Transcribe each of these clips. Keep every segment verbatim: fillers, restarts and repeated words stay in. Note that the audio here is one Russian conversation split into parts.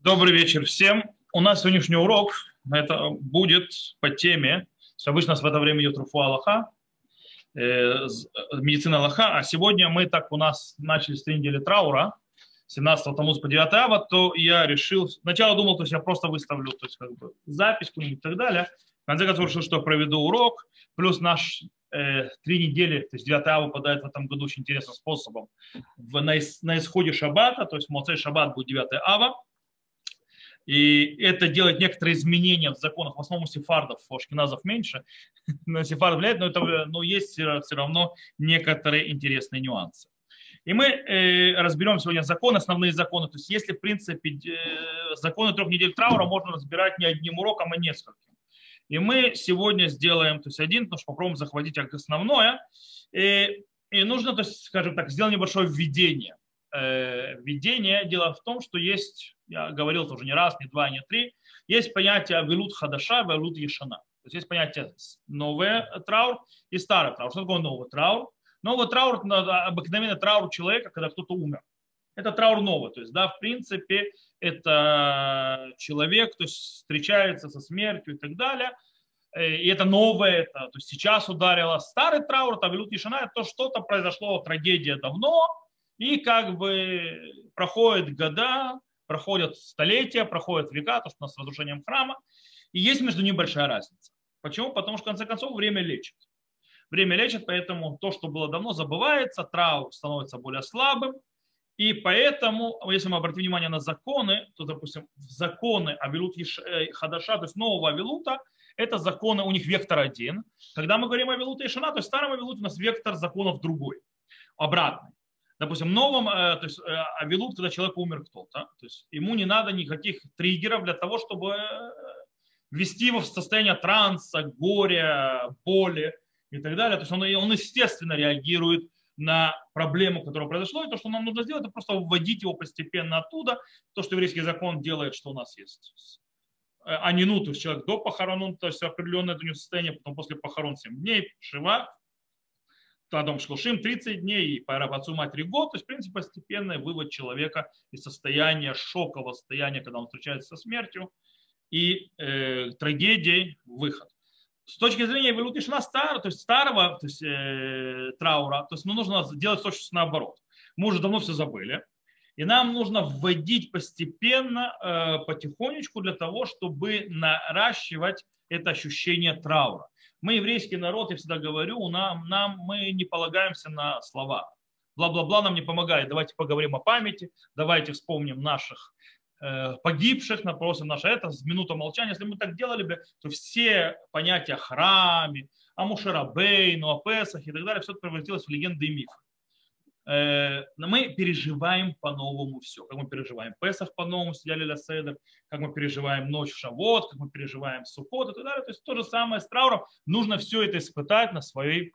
Добрый вечер всем. У нас сегодняшний урок это будет по теме, что обычно у нас в это время идет руфу Аллаха, э, з- э, медицина Аллаха, а сегодня мы так у нас начали с три недели траура, семнадцатого Тамуза по девятое Ава, то я решил, сначала думал, то есть я просто выставлю то есть, как бы, запись какую-нибудь и так далее. В конце концов решил, что проведу урок, плюс наш э, три недели, то есть девятое Ава выпадает в этом году очень интересным способом. В, на, ис- на исходе шаббата, то есть в Моцей шаббат будет девятое Ава, и это делает некоторые изменения в законах, в основном у сефардов, у ашкеназов меньше, на сефардов влияет, но, это, но есть все равно некоторые интересные нюансы. И мы э, разберем сегодня законы, основные законы. То есть если, в принципе, э, законы трех недель траура можно разбирать не одним уроком, а нескольким. И мы сегодня сделаем то есть один, потому что попробуем захватить основное. И, и нужно, то есть, скажем так, сделать небольшое введение. Э, введение. Дело в том, что есть, я говорил это уже не раз, не два, не три, есть понятие авилут хадаша, авилут ешана. То есть есть понятие новый траур и старый траур. Что такое новый траур? Новый траур – это обыкновенный траур человека, когда кто-то умер. Это траур новый. То есть, да, в принципе, это человек, то есть встречается со смертью и так далее. И это новое, это, то есть сейчас ударило старый траур, это авилут ешана, это то, что-то произошло, трагедия давно, и как бы проходят года, проходят столетия, проходят века, то, что у нас с разрушением храма, и есть между ними большая разница. Почему? Потому что, в конце концов, время лечит. Время лечит, поэтому то, что было давно, забывается, траур становится более слабым, и поэтому, если мы обратим внимание на законы, то, допустим, законы Авилут Хадаша, то есть нового Авилута, это законы, у них вектор один. Когда мы говорим о Авилуте и Шана, то есть в старом Авилуте у нас вектор законов другой, обратный. Допустим, в новом, то есть Авилут, когда человек умер кто-то, то есть ему не надо никаких триггеров для того, чтобы ввести его в состояние транса, горя, боли и так далее. То есть он, он естественно реагирует на проблему, которая произошла, и то, что нам нужно сделать, это просто вводить его постепенно оттуда. То, что еврейский закон делает, что у нас есть анину, то есть человек до похорон, то есть определенное состояние, потом после похорон семь дней, шива, Тадом Шлушим тридцать дней, и по отцу матери год, то есть, в принципе, постепенный вывод человека из состояния шокового состояния, когда он встречается со смертью, и э, трагедией выход. С точки зрения Авилут Ешана старого, то есть старого то есть, э, траура, то есть ну, нужно делать точно наоборот. Мы уже давно все забыли. И нам нужно вводить постепенно, э, потихонечку для того, чтобы наращивать это ощущение траура. Мы, еврейский народ, я всегда говорю, нам, нам, мы не полагаемся на слова. Бла-бла-бла нам не помогает. Давайте поговорим о памяти, давайте вспомним наших погибших, напросим наше это, с минутой молчания. Если мы так делали бы, то все понятия о храме, о Мушерабейну, о Песах и так далее, все это превратилось в легенды и мифы. Мы переживаем по-новому все. Как мы переживаем Песах по-новому, сидели ля седер, как мы переживаем ночь в Шавот, как мы переживаем Суккот и так далее. То есть то же самое с трауром. Нужно все это испытать на своей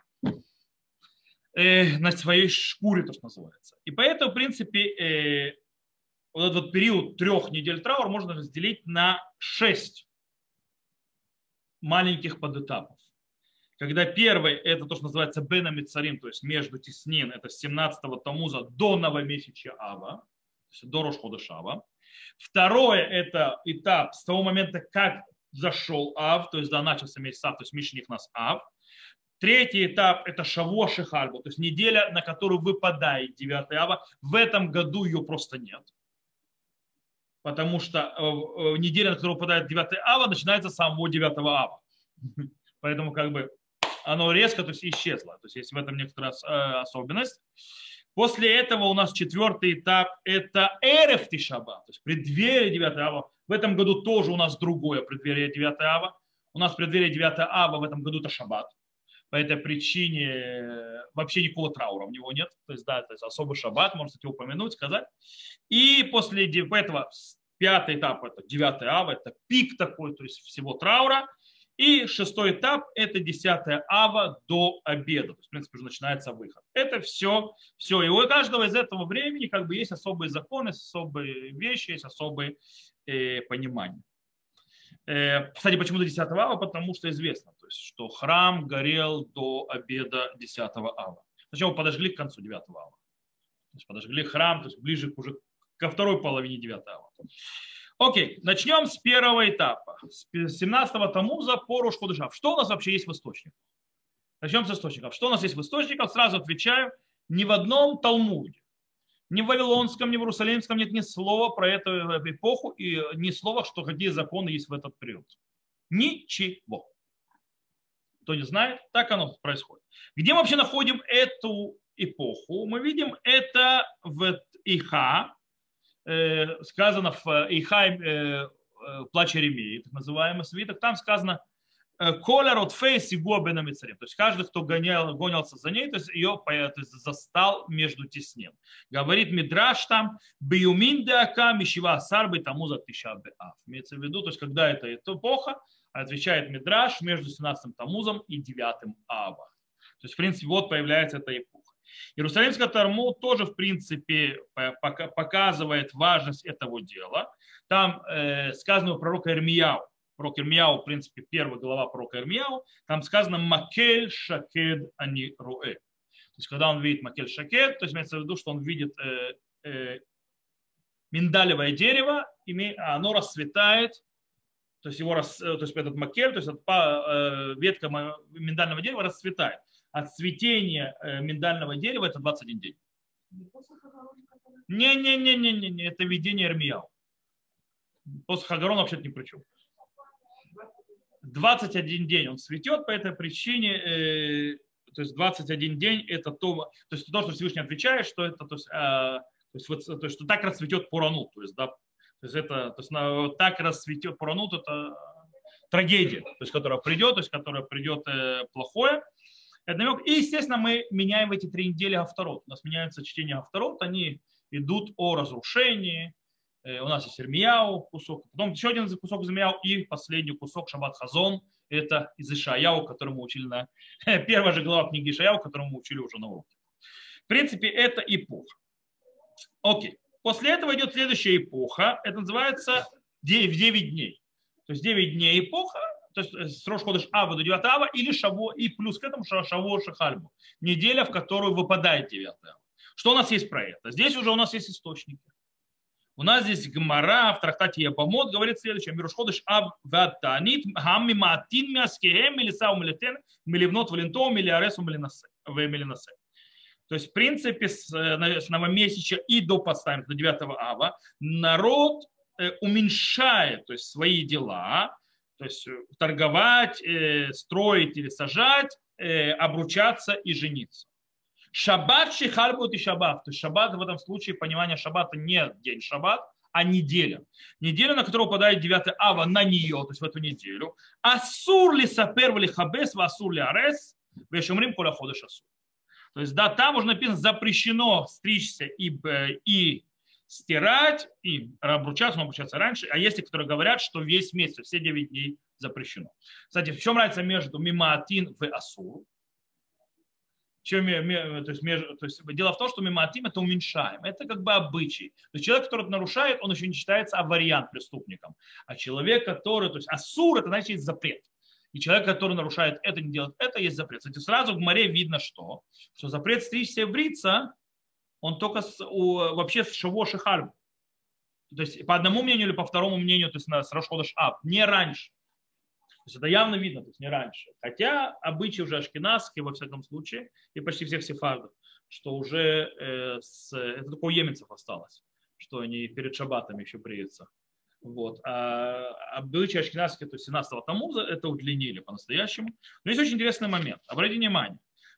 на своей шкуре, то, что называется. И поэтому, в принципе, вот этот вот период трех недель траура можно разделить на шесть маленьких подэтапов. Когда первый, это то, что называется Бена Мицарим, то есть между теснин, это с семнадцатого Тамуза до новомесяча Ава, то есть до Рош ходеш Ава. Второе, это этап с того момента, как зашел Ав, то есть да, начался месяц Ав, то есть Мишних нас Ав. Третий этап – это Шаво Шихальбо, то есть неделя, на которую выпадает девятый Ава. В этом году ее просто нет. Потому что неделя, на которую выпадает девятый Ава, начинается с самого девятого Ава. Поэтому как бы оно резко то есть, исчезло. То есть есть в этом некоторая особенность. После этого у нас четвертый этап – это Эреф Тишаба, то есть преддверие девятого Ава. В этом году тоже у нас другое преддверие девятого Ава. У нас преддверие девятого Ава в этом году – это Шаббат. По этой причине вообще никакого траура у него нет. То есть, да, то есть особый шаббат, можно, кстати, упомянуть, сказать. И после этого пятый этап, это девятый ава, это пик такой, то есть всего траура. И шестой этап, это десятое ава до обеда. То есть, в принципе, уже начинается выход. Это все, все. И у каждого из этого времени как бы есть особые законы, особые вещи, есть особые э, понимания. Кстати, почему до десятого ава? Потому что известно, то есть, что храм горел до обеда десятого ава. Сначала подожгли к концу девятого ава. То есть подожгли храм, то есть ближе уже ко второй половине девятого ава. Окей, начнем с первого этапа, с семнадцатого Тамуза по Рош ходеш Ав. Что у нас вообще есть в источниках? Начнем с источников. Что у нас есть в источниках? Сразу отвечаю, ни в одном Талмуде, ни в Вавилонском, ни в Иерусалимском нет ни слова про эту эпоху и ни слова, что какие законы есть в этот период. Ничего. Кто не знает, так оно происходит. Где мы вообще находим эту эпоху? Мы видим это в Иха, э, сказано в Иха, э, плач Иеремии, так называемый свиток. Там сказано «Коля ротфей сигуа бен амицарим». То есть каждый, кто гонял, гонялся за ней, то есть ее то есть, застал между теснен. Говорит Мидраш там «Биюмин деака мишива сарбы тому за тыша беав». Имеется в виду, то есть когда это эпоха, отвечает Мидраш между семнадцатым Тамузом и девятым Ава. То есть, в принципе, вот появляется эта эпоха. Иерусалимский Талмуд тоже, в принципе, показывает важность этого дела. Там э, сказано у пророка Ирмияу, пророк Ирмияу, в принципе, первая глава пророка Ирмияу, там сказано «Макель шакед ани руэ». То есть, когда он видит макель шакед, то есть, имеется в виду, что он видит э, э, миндалевое дерево, и оно расцветает. То есть его рас, то есть этот макель, то есть эта ветка миндального дерева расцветает. А цветение миндального дерева это двадцать один день. Не-не-не-не-не, это видение Ирмияу. После Хагарон вообще-то ни при чем. двадцать один день он цветет по этой причине, э, то есть двадцать один день это то, то есть то, что Всевышний отвечает, что это, то есть, э, то есть, вот, то есть что так расцветет Пуранут, то есть да. То есть это то есть, на, так расцветет Пуранут, это трагедия, то есть, которая придет, то есть, которая придет э, плохое. Это намек. И, естественно, мы меняем в эти три недели Авторот. У нас меняется чтение Авторот, они идут о разрушении. Э, у нас есть Ирмияу кусок, потом еще один кусок из Ирмияу и последний кусок Шаббат Хазон. Это из Ишаяу, который мы учили на... Первая же глава книги Ишаяу, которую мы учили уже на уроке. В принципе, это эпоха. Окей. После этого идет следующая эпоха, это называется девять дней. То есть девять дней эпоха, то есть с Рош ходеш Ава до девятого Ава, или Шаво, и плюс к этому Шаво Шахальбу. Неделя, в которую выпадает девятое Ава. Что у нас есть про это? Здесь уже у нас есть источники. У нас здесь Гмара в трактате Ябамот говорит следующее. Рош ходеш Ав ватанит хамми маатин мяскеем милисау милитен миливнот валентоу милиаресу милинасе. То есть, в принципе, с новомесяча и до поставим до девятого Ава народ уменьшает то есть, свои дела, то есть торговать, строить или сажать, обручаться и жениться. Шаббат шихальбут и шаббат. То есть шаббат в этом случае, понимание шаббата не день шаббат, а неделя. Неделя, на которую попадает девятое Ава, на нее, то есть в эту неделю. Асур ли сапер ли хабес, асур ли арес, вешумрим коля ходеш асур. То есть, да, там уже написано, запрещено стричься и, и стирать, и обручаться, но обручаться раньше. А есть те, которые говорят, что весь месяц, все девять дней запрещено. Кстати, в чем разница между мимаатин и асур? Чем, то есть, между, то есть, дело в том, что мимаатин это уменьшаем. Это как бы обычай. То есть человек, который это нарушает, он еще не считается авариант преступником. А человек, который, то есть асур, это значит есть запрет. И человек, который нарушает это, не делает это, есть запрет. Кстати, сразу в море видно, что, что запрет стричься и бриться, он только с, у, вообще с Шаво Шихальбу. То есть по одному мнению или по второму мнению, то есть на Рош ходеш Ав, не раньше. То есть это явно видно, то есть не раньше. Хотя обычаи уже ашкеназские, во всяком случае, и почти всех сефардов, что уже э, с, это только у еменцев осталось, что они перед шаббатами еще бреются. Вот. А обычаи ашкеназские, то есть семнадцатого Тамуза, это удлинили по-настоящему. Но есть очень интересный момент. Обратите внимание.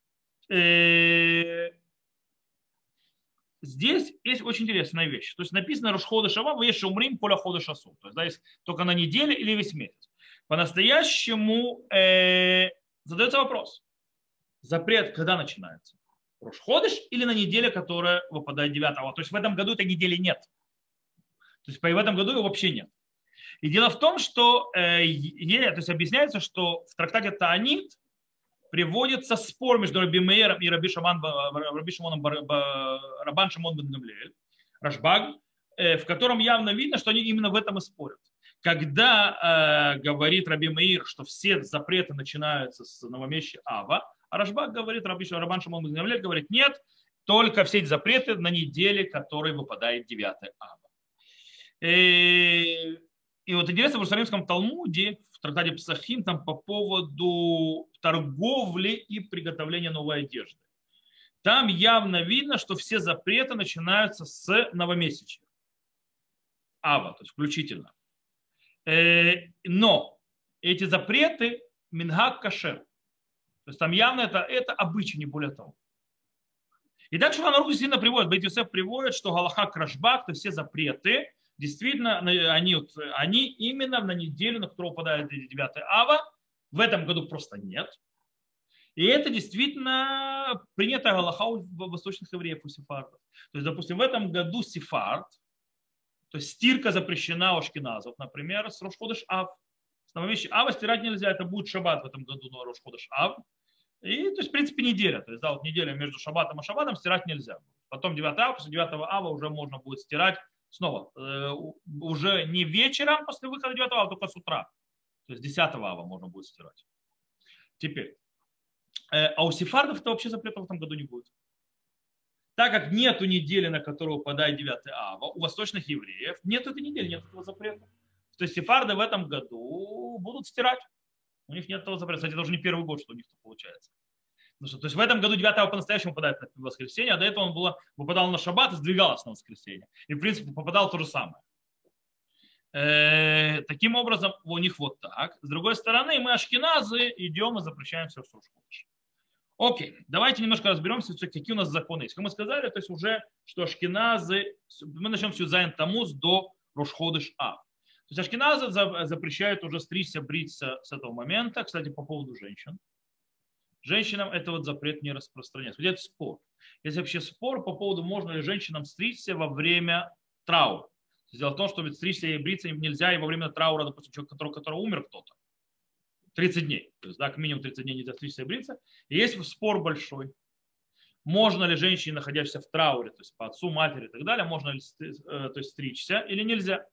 Здесь есть очень интересная вещь. То есть написано Рош ходеш Ава, веш умрим поля ходеш асур. То есть да, есть только на неделе или весь месяц. По-настоящему э, задается вопрос. Запрет когда начинается? Рош ходеш или на неделе, которая выпадает девятого? То есть в этом году этой недели нет. То есть в этом году его вообще нет. И дело в том, что э, то есть объясняется, что в трактате Таанит приводится спор между Раби Меиром и Раби, Шаман, Раби Шимоном, Рабан Шимон бен Гамлиэль, Рашбаг, э, в котором явно видно, что они именно в этом и спорят. Когда э, говорит Раби Меир, что все запреты начинаются с новомесяча Ава, а Рашбаг говорит, Раби, Рабан Шимон бен Гамлиэль говорит, нет, только все эти запреты на неделе, которой выпадает девятое Ава. И, и вот интересно, в Иерусалимском Талмуде, в трактате Псахим, там по поводу торговли и приготовления новой одежды. Там явно видно, что все запреты начинаются с новомесячья. Ава, то есть включительно. Но эти запреты минхаг кашер. То есть там явно это, это обычай, не более того. И дальше Шулхан Арух действительно приводит, Бейт Йосеф приводит, что галаха крашбак, то есть все запреты, действительно, они, они именно на неделю, на которую упадает девятое ава, в этом году просто нет. И это действительно принятая галаха у восточных евреев, у сефардов. То есть, допустим, в этом году сефард, то есть стирка запрещена у ашкеназов, например, с Рош ходеш Ав. С новомесячья Ава стирать нельзя, это будет шаббат в этом году на Рош ходеш Ав. И, то есть, в принципе, неделя. То есть, да, вот неделя между шаббатом и шаббатом стирать нельзя. Потом девятое ава, после девятого ава уже можно будет стирать снова. Э, уже не вечером после выхода девятого ава, только с утра. То есть десятого ава можно будет стирать. Теперь. Э, а у сефардов это вообще запрета в этом году не будет. Так как нету недели, на которую выпадает девятое ава, у восточных евреев нет этой недели, нет этого запрета. То есть сефарды в этом году будут стирать. У них нет этого запрета. Кстати, это уже не первый год, что у них это получается. Ну, что, то есть в этом году девятое ава по-настоящему выпадает на воскресенье, а до этого он было, выпадал на шаббат и сдвигалось на воскресенье. И, в принципе, попадал то же самое. Э, таким образом, у них вот так. С другой стороны, мы ашкеназы идем и запрещаем все в Рош ходеш. Окей, давайте немножко разберемся, какие у нас законы есть. Как мы сказали, то есть уже, что ашкеназы, мы начнем с Юзайн Тамуз до Рош ходеш Ав. То есть ашкеназы запрещают уже стричься, бриться с этого момента. Кстати, по поводу женщин. Женщинам это вот запрет не распространяется. Вот это спор. Есть вообще спор по поводу, можно ли женщинам стричься во время траура. Дело в том, что ведь стричься и бриться нельзя и во время траура, допустим, человек, который, который умер кто-то. тридцать дней. То есть, да, к минимум тридцать дней нельзя стричься и бриться. И есть спор большой. Можно ли женщине, находящейся в трауре, то есть по отцу, матери и так далее, можно ли то есть, стричься или нельзя?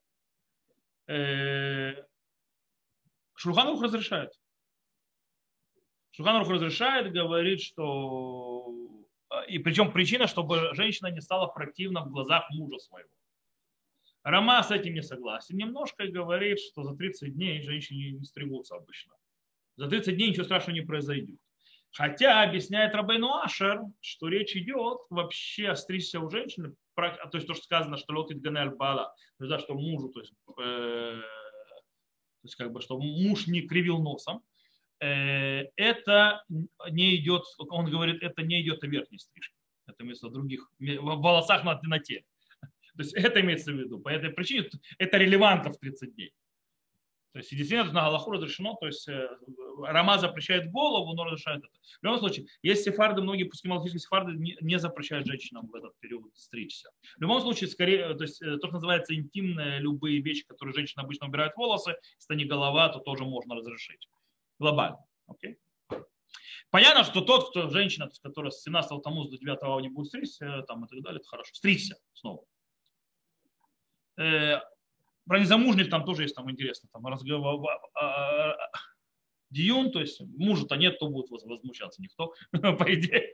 Шулхан Арух разрешает. Шулхан Арух разрешает, говорит, что... И причем причина, чтобы женщина не стала противна в глазах мужа своего. Рама с этим не согласен немножко и говорит, что за тридцать дней женщине не стригутся обычно. За тридцать дней ничего страшного не произойдет. Хотя объясняет Рабейну Ашер, что речь идет вообще о стричься у женщины, то есть то, что сказано, что лотит ганель бала, то есть, да, что мужу, то есть, э, то есть как бы, что муж не кривил носом, э, это не идет, он говорит, это не идет о верхней стрижке, это вместо других, в волосах на, на теле. То есть это имеется в виду. По этой причине это релевантно в тридцать дней. То есть действительно на галаху разрешено, то есть Рама запрещает голову, но разрешает это. В любом случае, есть сефарды, многие пускималахические сефарды не, не запрещают женщинам в этот период стричься. В любом случае, скорее, то есть то, что называется интимные любые вещи, которые женщины обычно убирают волосы, если это не голова, то тоже можно разрешить. Глобально. Окей? Понятно, что тот, кто женщина, которая с семнадцатого тамуза до девятого ава не будет стричься, там и так далее, это хорошо. Стричься снова. Про незамужних там тоже есть там интересно. Там разговор, диюн, то есть мужа-то нет, кто будет возмущаться, никто, по идее.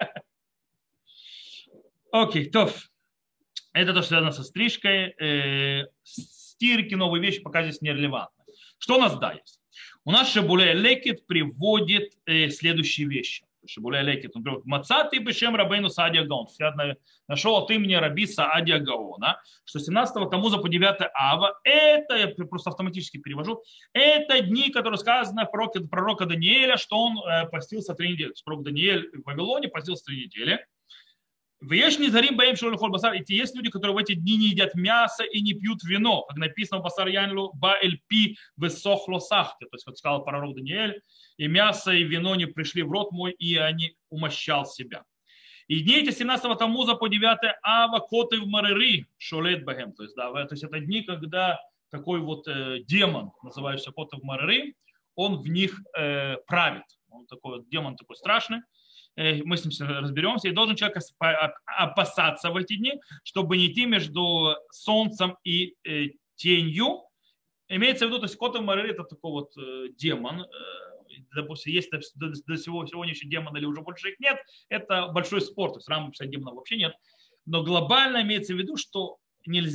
Окей, то. Это то, что связано со стрижкой. Стирки, новые вещи пока здесь не релевантны. Что у нас да есть? У нас Шебулей Лекет приводит следующие вещи. Шибулей Лекет, он говорит, Мацаты бешем Рабейну Саадия Гаон. Я нашел от имени Раби Саадия Гаона, что семнадцатого тамуза по девятое ава, это, я просто автоматически перевожу, это дни, которые сказано в пророке, пророка Даниэля, что он постился три недели. Пророк Даниэль в Вавилоне постился три недели. Есть есть люди, которые в эти дни не едят мясо и не пьют вино, как написано в Басар Янлу ба эль пи высохло сахте, то есть как сказал пророк Даниэль, и мясо и вино не пришли в рот мой, и они умощал себя. И дни эти семнадцатого тамуза по девятое ава коты в марери шолет бахем, то есть, да, то есть это дни, когда такой вот э, демон, называющийся коты в марери, он в них э, правит, он такой вот демон такой страшный. Мы с ним разберемся, и должен человек опасаться в эти дни, чтобы не идти между солнцем и тенью. Имеется в виду, то есть Котов Марери это такой вот демон, допустим, есть до сегодняшнего демона или уже больше их нет, это большой спор, то есть рамок демонов вообще нет, но глобально имеется в виду, что нельзя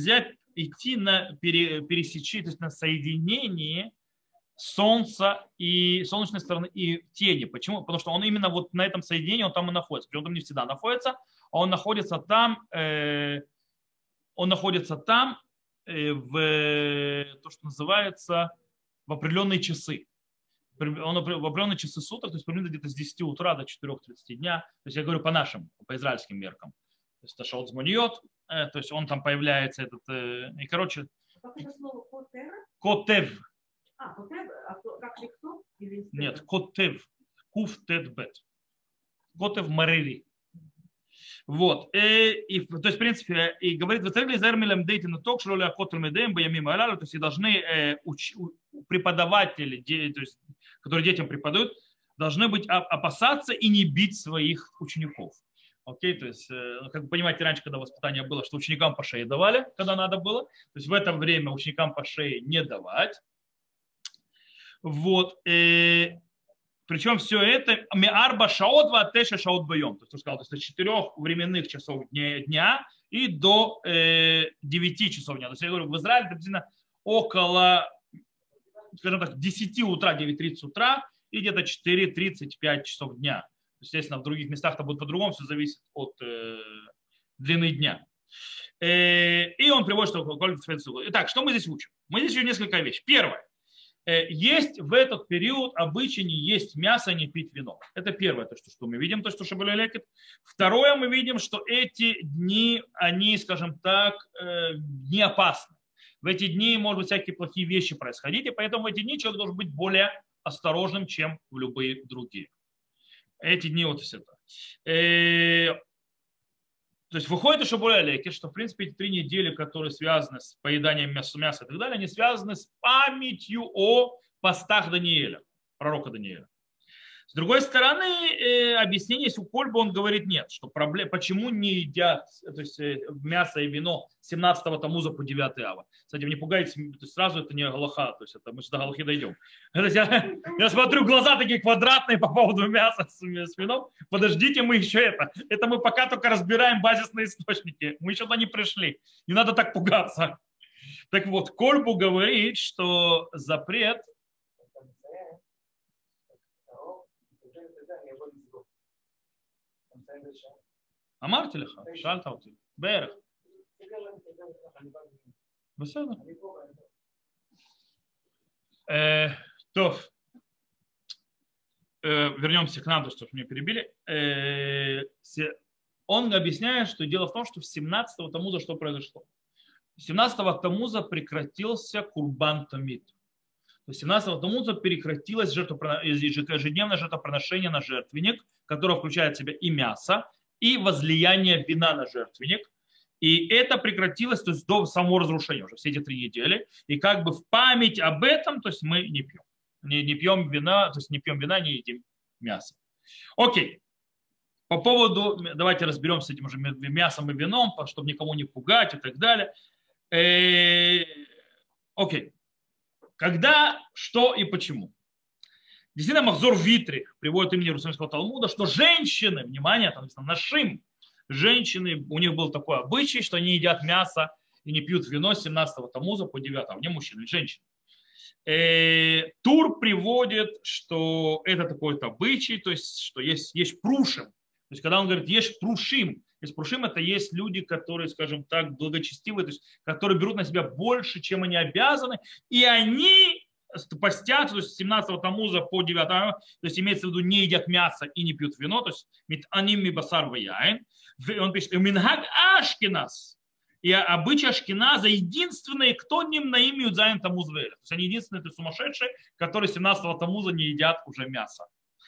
идти на пере, пересечении, то есть на соединении Солнца и солнечной стороны и тени. Почему? Потому что он именно вот на этом соединении, он там и находится. Причем он там не всегда находится, а он находится там, э, он находится там э, в э, то, что называется в определенные часы. Он в определенные часы суток, то есть примерно где-то с десяти утра до четырёх тридцати дня. То есть я говорю по нашим, по израильским меркам. То есть это шаот зманиот, э, то есть он там появляется этот, э, и короче. Как это слово котев? Котев. А, котев, а как же кто? Нет, котев. Куф тет бет. Котев марери. Вот. И, и, то есть, в принципе, и говорит, вы царили зермилем дейтина ток, что ли, акотрами дэм, баямим алялу, то есть, и должны э, уч, преподаватели, де, то есть, которые детям преподают, должны быть опасаться и не бить своих учеников. Окей, то есть, э, как вы понимаете, раньше, когда воспитание было, что ученикам по шее давали, когда надо было, то есть, в это время ученикам по шее не давать. Вот. И, причем все это меарба шаот ва теша шаот боем. То есть, сказал, то есть, с четырех временных часов дня и до э, девяти часов дня. То есть, я говорю, в Израиле приблизительно около, скажем так, десяти утра, девять тридцать утра и где-то четыре тридцать пять часов дня. Естественно, в других местах это будет по-другому, все зависит от э, длины дня. Э, и он приводит, что... Итак, что мы здесь учим? Мы здесь учим несколько вещей. Первое. Есть в этот период обычай не есть мясо, не пить вино. Это первое, то, что мы видим, то, что Шабуля лекет. Второе, мы видим, что эти дни, они, скажем так, не опасны. В эти дни, может быть, всякие плохие вещи происходить, и поэтому в эти дни человек должен быть более осторожным, чем в любые другие. Эти дни вот все это. То есть выходит из Шабуля лекет, что, в принципе, эти три недели, которые связаны с поеданием мяса, мяса и так далее, они связаны с памятью о постах Даниэля, пророка Даниэля. С другой стороны, э, объяснение, если у Кольба он говорит нет, что проблема, почему не едят то есть, э, мясо и вино с семнадцатого Тамуза по девятое ава. Кстати, вы не пугайтесь, то есть сразу это не галаха, то есть это мы сюда галахи дойдем. Я, я смотрю, глаза такие квадратные по поводу мяса с, с вином. Подождите, мы еще это. Это мы пока только разбираем базисные источники. Мы еще туда не пришли. Не надо так пугаться. Так вот, Кольбу говорит, что запрет אמרתי לך, שאלת אותי, בערך. בסדר. טוב, вернемся к нам, чтобы меня перебили. Он объясняет, что дело в том, что в семнадцатого Тамуза что произошло? семнадцатого Тамуза прекратился Курбан Тамид. То есть семнадцатого Тамуза прекратилось ежедневное жертвоприношение на жертвенник, которое включает в себя и мясо, и возлияние вина на жертвенник. И это прекратилось, то есть до самого разрушения уже все эти три недели. И как бы в память об этом, то есть мы не пьем. Не, не пьем вина, то есть не пьем вина, не едим мясо. Окей. По поводу, давайте разберемся с этим уже мясом и вином, чтобы никому не пугать и так далее. Окей. Когда, что и почему. Действительно, Махзор Витри приводит имени Иерусалимского Талмуда, что женщины, внимание, там написано нашим, женщины, у них был такой обычай, что они едят мясо и не пьют вино с семнадцатого Тамуза по девятого, не мужчины, женщины. Э, Тур приводит, что это такой-то обычай, то есть, что есть, есть прушим. То есть, когда он говорит, есть прушим, есть прушим, это есть люди, которые, скажем так, благочестивые, то есть, которые берут на себя больше, чем они обязаны, и они постят, то есть с семнадцатого Тамуза по девятого, то есть имеется в виду не едят мясо и не пьют вино, то есть аним ми басар ваяин. Он пишет, минхаг ашкеназ. И обычай Ашкеназа единственные, кто ним на имя Юдзайн Тамуз верят. То есть они единственные, то есть сумасшедшие, которые семнадцатого Тамуза не едят уже мясо.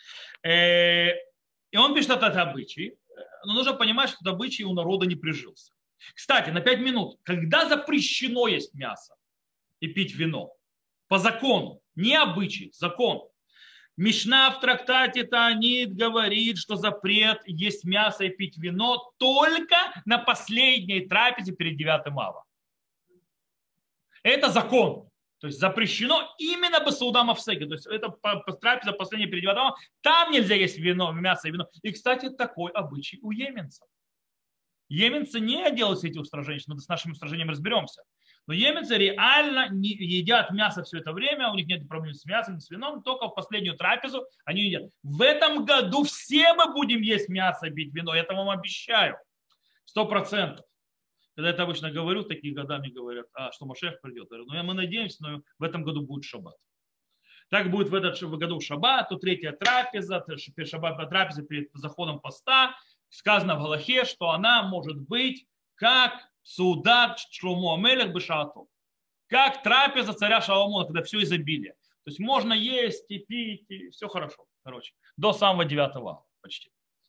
И он пишет, что это обычай. Но нужно понимать, что этот обычай у народа не прижился. Кстати, на пять минут, когда запрещено есть мясо и пить вино? По закону, не обычай, закон. Мишна в трактате Таанит говорит, что запрет есть мясо и пить вино только на последней трапезе перед девятым ава. Это закон. То есть запрещено именно басауда мавсеги. То есть это трапеза последняя перед девятым авом. Там нельзя есть вино, мясо и вино. И, кстати, такой обычай у йеменцев. Йеменцы не делают все эти устражения. Мы с нашими устражениями разберемся. Но йеменцы реально не едят мясо все это время, у них нет проблем с мясом, с вином, только в последнюю трапезу они едят. В этом году все мы будем есть мясо, пить вино, я это вам обещаю. Сто процентов. Когда я это обычно говорю, такие года мне говорят, а, что Машех придет. Я говорю, ну мы надеемся, но в этом году будет шаббат. Так будет в этом году шаббат, то третья трапеза, шаббат трапеза перед заходом поста. Сказано в Галахе, что она может быть как Судат Шломо Амелех Бешаатов. Как трапеза царя Шаломона, когда все изобилие. То есть можно есть и пить, и все хорошо. Короче, до самого девятого почти.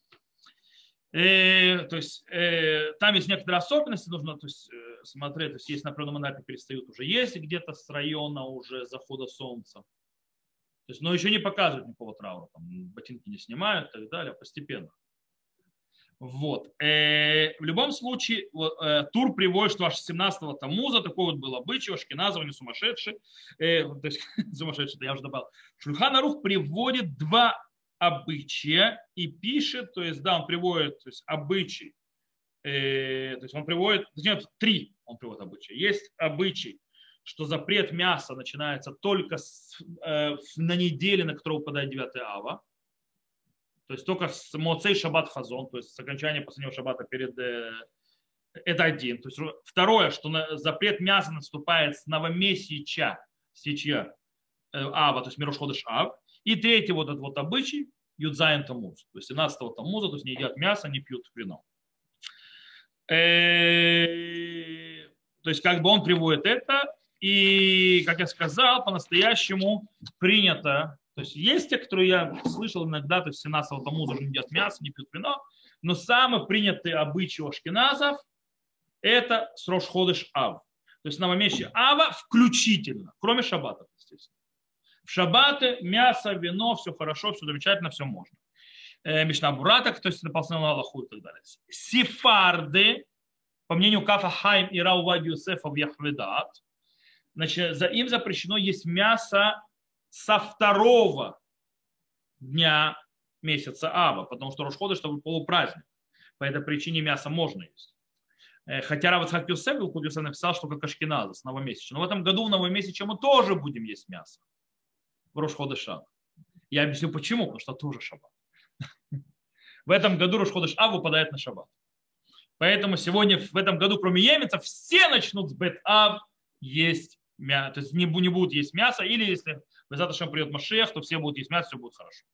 И, то есть э, там есть некоторые особенности, нужно то есть, э, смотреть, то есть есть на определенном этапе перестают уже есть, где-то с района уже захода солнца. То есть, но еще не показывают никакого траура, там, ботинки не снимают и так далее, постепенно. Вот. Э, в любом случае, э, Тур приводит, что аж семнадцатого Тамуза, такой вот был обычай, ашкеназов, не сумасшедший, э, то есть сумасшедший, я уже добавил. Шульхан Арух приводит два обычая и пишет, то есть, да, он приводит то есть, обычай, э, то есть он приводит, нет, три он приводит обычаи. Есть обычай, что запрет мяса начинается только с, э, на неделе, на которую выпадает девятое ава. То есть только с Моцей Шаббат Хазон, то есть с окончания последнего шаббата перед... Э, это один. То есть второе, что на, запрет мяса наступает с новомесяча, сечья э, Ава, то есть Мирош Ходеш Ав. И третий вот этот вот обычай, Юдзайн Тамуз. То есть семнадцатого Тамуза, то есть не едят мясо, не пьют вино. Э, то есть как бы он приводит это. И, как я сказал, по-настоящему принято. То есть есть те, которые я слышал иногда, то есть семнадцатого Тамуза не едят мясо, не пьют вино. Но самый принятый обычай у ашкеназов – это с Рош Ходеш Ав. То есть новомесячие Ава включительно, кроме шаббатов, естественно. В шаббаты мясо, вино, все хорошо, все замечательно, все можно. Мишна Буратак, то есть на последнем Аллаху и так далее. Сефарды, по мнению Кафа Хайм и Раувади Юсефа в Яхведат, значит, за им запрещено есть мясо со второго дня месяца Ава, потому что Рош Ходеш это полупраздник. По этой причине мясо можно есть. Хотя Рав Ицхак Юсеф написал, что как ашкеназы с новомесяча. Но в этом году в новомесяче мы тоже будем есть мясо. В Рош Ходеш Ав. Я объясню почему, потому что это тоже шаббат. В этом году Рош Ходеш Ав выпадает на шаббат. Поэтому сегодня в этом году, кроме йеменцев, все начнут с Бет Ав есть мясо. То есть не, не будут есть мясо, или если Безат Ашем придет Машиах, то все будут есть мясо, все будет хорошо.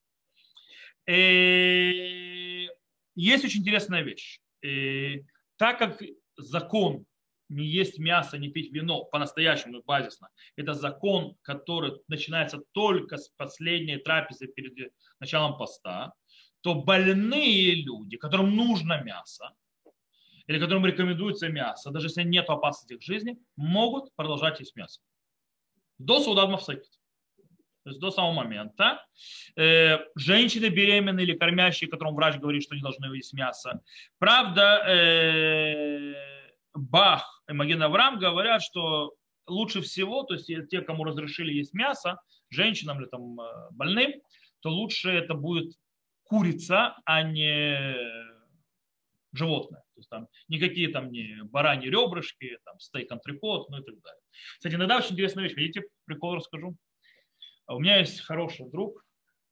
И есть очень интересная вещь. И так как закон не есть мясо, не пить вино по-настоящему, базисно, это закон, который начинается только с последней трапезы перед началом поста, то больные люди, которым нужно мясо, или которым рекомендуется мясо, даже если нет опасности их жизни, могут продолжать есть мясо. До Саудат Мафсакит. То есть до самого момента. Э, женщины беременные или кормящие, которым врач говорит, что не должны есть мясо. Правда, э, Бах и Маген Авраам говорят, что лучше всего, то есть те, кому разрешили есть мясо, женщинам или там, больным, то лучше это будет курица, а не животное. То есть там никакие там не бараньи ребрышки, там стейк антрикот, ну и так далее. Кстати, иногда очень интересная вещь. Хотите, прикол расскажу? У меня есть хороший друг,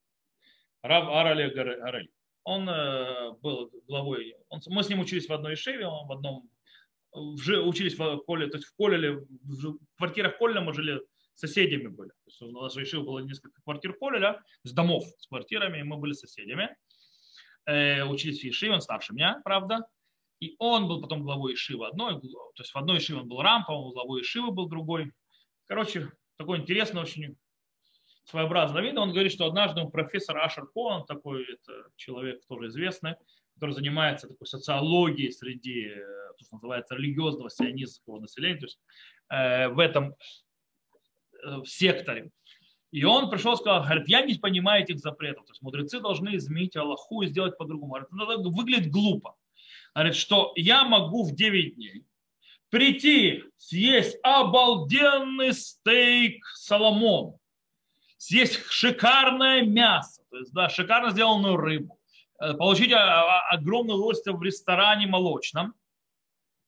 Рав Арали Гарели. Он э, был главой, он, мы с ним учились в одной ешиве, он в одном, в, учились в Коле, то есть в Колеле, в квартирах Колеля мы жили, соседями были. То есть у нас в ешиве было несколько квартир Колеля, с домов с квартирами, и мы были соседями. Э, учились в ешиве, он старше меня, правда. И он был потом главой ешивы одной, то есть в одной ешиве он был Рам, по-моему, главой ешивы был другой. Короче, такой интересный очень своеобразно видно. Он говорит, что однажды он профессор Ашер Коэн, такой это, человек тоже известный, который занимается такой социологией среди, то, что называется, религиозного сионистского населения, то есть э, в этом э, в секторе. И он пришел и сказал, говорит, я не понимаю этих запретов. То есть мудрецы должны изменить Аллаху и сделать по-другому. Говорит, это выглядит глупо. Говорит, что я могу в девять дней прийти, съесть обалденный стейк Соломон, съесть шикарное мясо, то есть, да, шикарно сделанную рыбу, получить огромное удовольствие в ресторане молочном.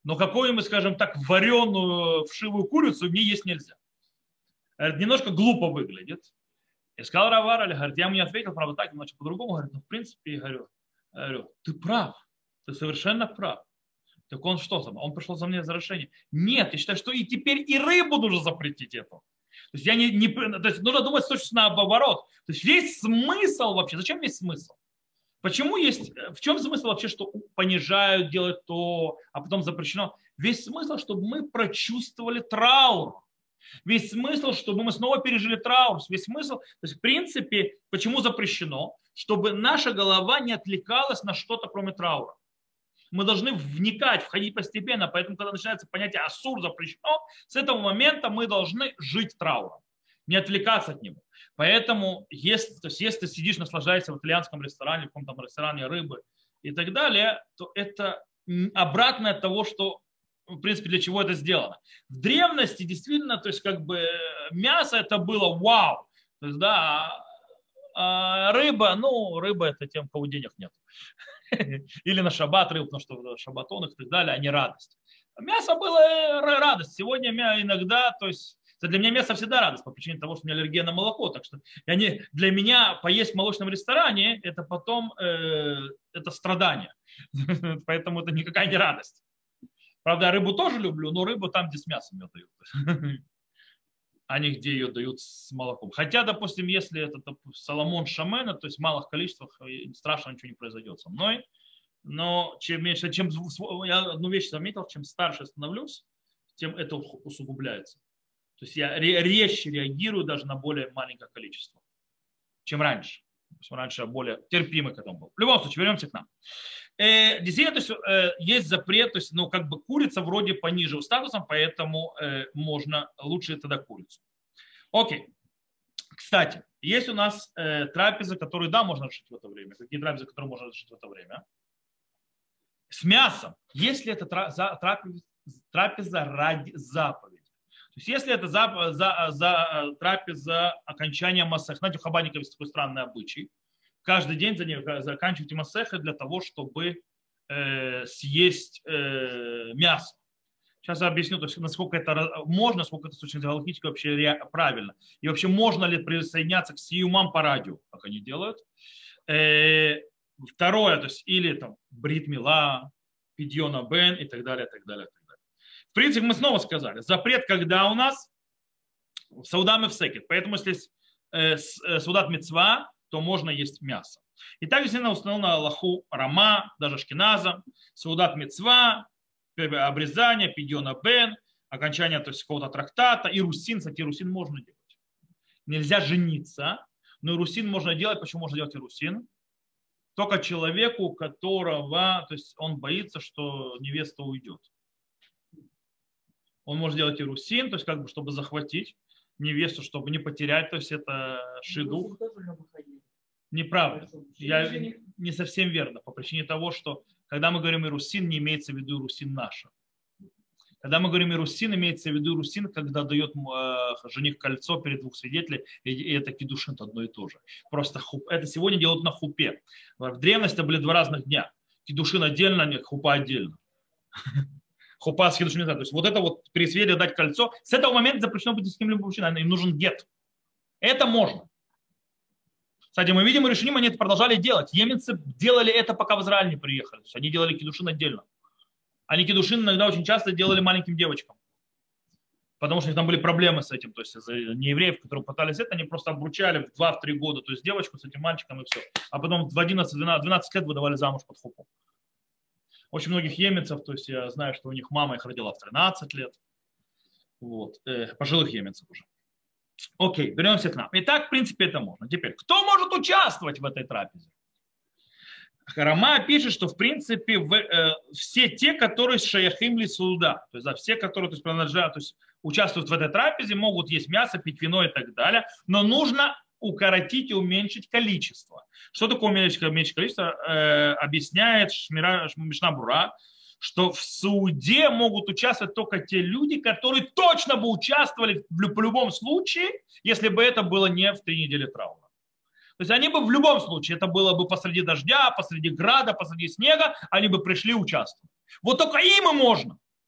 но какую-нибудь, скажем так, вареную вшивую курицу мне есть нельзя. Говорит, немножко глупо выглядит. И сказал Рав Арель, говорит, я ему не ответил, правда, так, иначе по-другому. Говорит, ну, в принципе, я говорю, говорю, ты прав, ты совершенно прав. Так он что там? Он пришел за мне за решение. Нет, я считаю, что и теперь и рыбу нужно запретить эту. То есть, я не, не, то есть нужно думать точно наоборот. То есть весь смысл вообще, зачем есть смысл? Почему есть, в чем смысл вообще, что понижают, делают то, а потом запрещено? Весь смысл, чтобы мы прочувствовали траур. Весь смысл, чтобы мы снова пережили траур. Весь смысл, то есть в принципе, почему запрещено? Чтобы наша голова не отвлекалась на что-то, кроме траура. Мы должны вникать, входить постепенно. Поэтому, когда начинается понятие асур запрещено, с этого момента мы должны жить трауром, не отвлекаться от него. Поэтому, если, то есть, если ты сидишь, наслаждаешься в итальянском ресторане, в каком-то ресторане рыбы и так далее, то это обратное от того, что, в принципе, для чего это сделано. В древности действительно, то есть как бы мясо это было вау. То есть, да, а рыба, ну, рыба это тем, у кого денег нет. Или на шаббат рыбу, потому что шаббатон и так далее, а не радость. Мясо было радость. Сегодня иногда, то есть для меня мясо всегда радость по причине того, что у меня аллергия на молоко. Так что я не, для меня поесть в молочном ресторане это потом э, это страдание. Поэтому это никакая не радость. Правда, рыбу тоже люблю, но рыбу там, где с мясом ее дают. А не где ее дают с молоком. Хотя, допустим, если это Соломон Шамена, то есть в малых количествах страшно ничего не произойдет со мной. Но чем меньше, чем я одну вещь заметил, чем старше становлюсь, тем это усугубляется. То есть я резче реагирую даже на более маленькое количество, чем раньше. Раньше я более терпимый к этому был. В любом случае, вернемся к нам. Э, действительно, то есть, э, есть запрет, то есть, ну, как бы курица вроде пониже статусом, поэтому э, можно лучше тогда курицу. Окей. Кстати, есть у нас э, трапезы, которые, да, можно решить в это время. Какие трапезы, которые можно решить в это время? С мясом. Если это трапеза, трапеза ради заповеди. То есть, если это за, за, за трапеза окончания масех, знаете, у хабадников есть такой странный обычай. Каждый день за ней заканчивайте масехи для того, чтобы э, съесть э, мясо. Сейчас я объясню, то есть, насколько это можно, насколько это с точки зрения галактической вообще правильно. И вообще можно ли присоединяться к сиюмам по радио, как они делают. Э, второе, то есть или там брит мила, пидьона бен и так далее, и так далее, и так далее. В принципе, мы снова сказали, запрет, когда у нас саудам и всекет. Поэтому, если э, саудат мицва, то можно есть мясо. И так, если установлено на Аллаху Рама, даже Шкиназа, саудат мицва, обрезание, пидьона бен, окончание то есть, какого-то трактата, и русин, кстати, русин можно делать. Нельзя жениться, но и русин можно делать. Почему можно делать и русин? Только человеку, у которого, то есть он боится, что невеста уйдет. Он может делать и русин, то есть как бы, чтобы захватить невесту, чтобы не потерять, то есть это шидух. Неправда. Я не совсем верно, по причине того, что когда мы говорим ирусин, не имеется в виду ирусин наша. Когда мы говорим ирусин, имеется в виду ирусин, когда дает э, жених кольцо перед двух свидетелей, и, и это кидушин одно и то же. Просто хуп, это сегодня делают на хупе. В древности были два разных дня. Кидушин отдельно, а хупа отдельно. Хупа с кидушин. То есть вот это вот при свидетеле дать кольцо. С этого момента запрещено быть с кем-либо мужчиной. Им нужен гет. Это можно. Кстати, мы видим, и решим, они это продолжали делать. Еменцы делали это, пока в Израиль не приехали. То есть они делали кидушин отдельно. Они кидушин иногда очень часто делали маленьким девочкам. Потому что у них там были проблемы с этим. То есть из-за неевреев, которые пытались это, они просто обручали в два-три года. То есть девочку с этим мальчиком и все. А потом в одиннадцать-двенадцать лет выдавали замуж под хупу. Очень многих еменцев, то есть я знаю, что у них мама их родила в тринадцать лет. Вот. Э, пожилых еменцев уже. Окей, вернемся к нам. Итак, в принципе, это можно. Теперь, кто может участвовать в этой трапезе? Рама пишет, что в принципе в, э, все те, которые шаяхим ли суда, то есть да, все, которые то есть, принадлежат, то есть, участвуют в этой трапезе, могут есть мясо, пить вино и так далее, но нужно укоротить и уменьшить количество. Что такое уменьшить, уменьшить количество? Э, объясняет Шмира, Мишна Бура, что в суде могут участвовать только те люди, которые точно бы участвовали в, в любом случае, если бы это было не в три недели траура. То есть они бы в любом случае, это было бы посреди дождя, посреди града, посреди снега, они бы пришли участвовать. Вот только им и можно.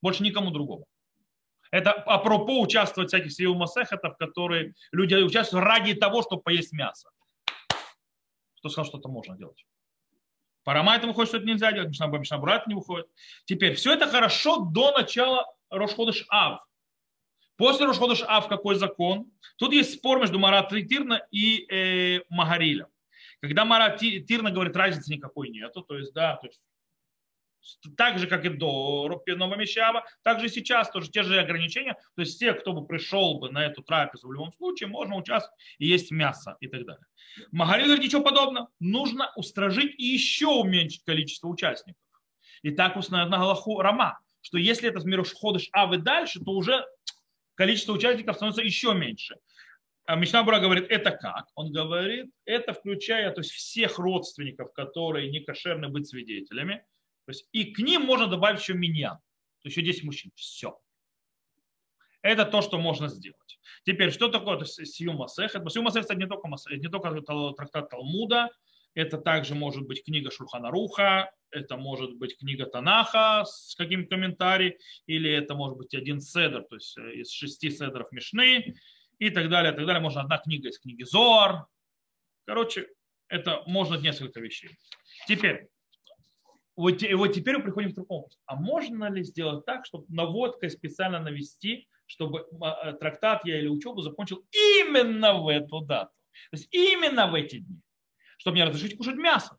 Больше никому другому. Это апропо участвовать в всяких сиюм масехетах, в которые люди участвуют ради того, чтобы поесть мясо. Кто сказал, что это можно делать? Парамайтам выходит, что это нельзя делать, Мишна Мишна не выходит. Теперь, все это хорошо до начала Рош ходеш Ав. После Рош ходеш Ав какой закон? Тут есть спор между Марат Тирна и э, Магарилем. Когда Марат Тирна говорит, разницы никакой нету, то есть, да, то есть, так же, как и до Нового Мещава, так же и сейчас тоже те же ограничения. То есть те, кто бы пришел бы на эту трапезу в любом случае, можно участвовать и есть мясо и так далее. Магариль говорит, ничего подобного. Нужно устражить и еще уменьшить количество участников. И так установят на Галаху Рама, что если это Мирош ходеш Ав и дальше, то уже количество участников становится еще меньше. А Мишна Бура говорит, это как? Он говорит, это включая то есть, всех родственников, которые не кошерны быть свидетелями. То есть, и к ним можно добавить еще миньян. То есть еще десять мужчин. Все. Это то, что можно сделать. Теперь, что такое сиюм масехет? Сиюм масехет, кстати, не только, не только трактат Талмуда. Это также может быть книга Шульхана Аруха. Это может быть книга Танаха с каким-то комментарием. Или это может быть один седер, то есть из шести седеров Мишны. И так далее, и так далее. Можно одна книга из книги Зоар. Короче, это может несколько вещей. Теперь. Вот, и вот теперь мы приходим к другому. А можно ли сделать так, чтобы наводкой специально навести, чтобы трактат я или учебу закончил именно в эту дату? То есть именно в эти дни. Чтобы не разрешить кушать мясо.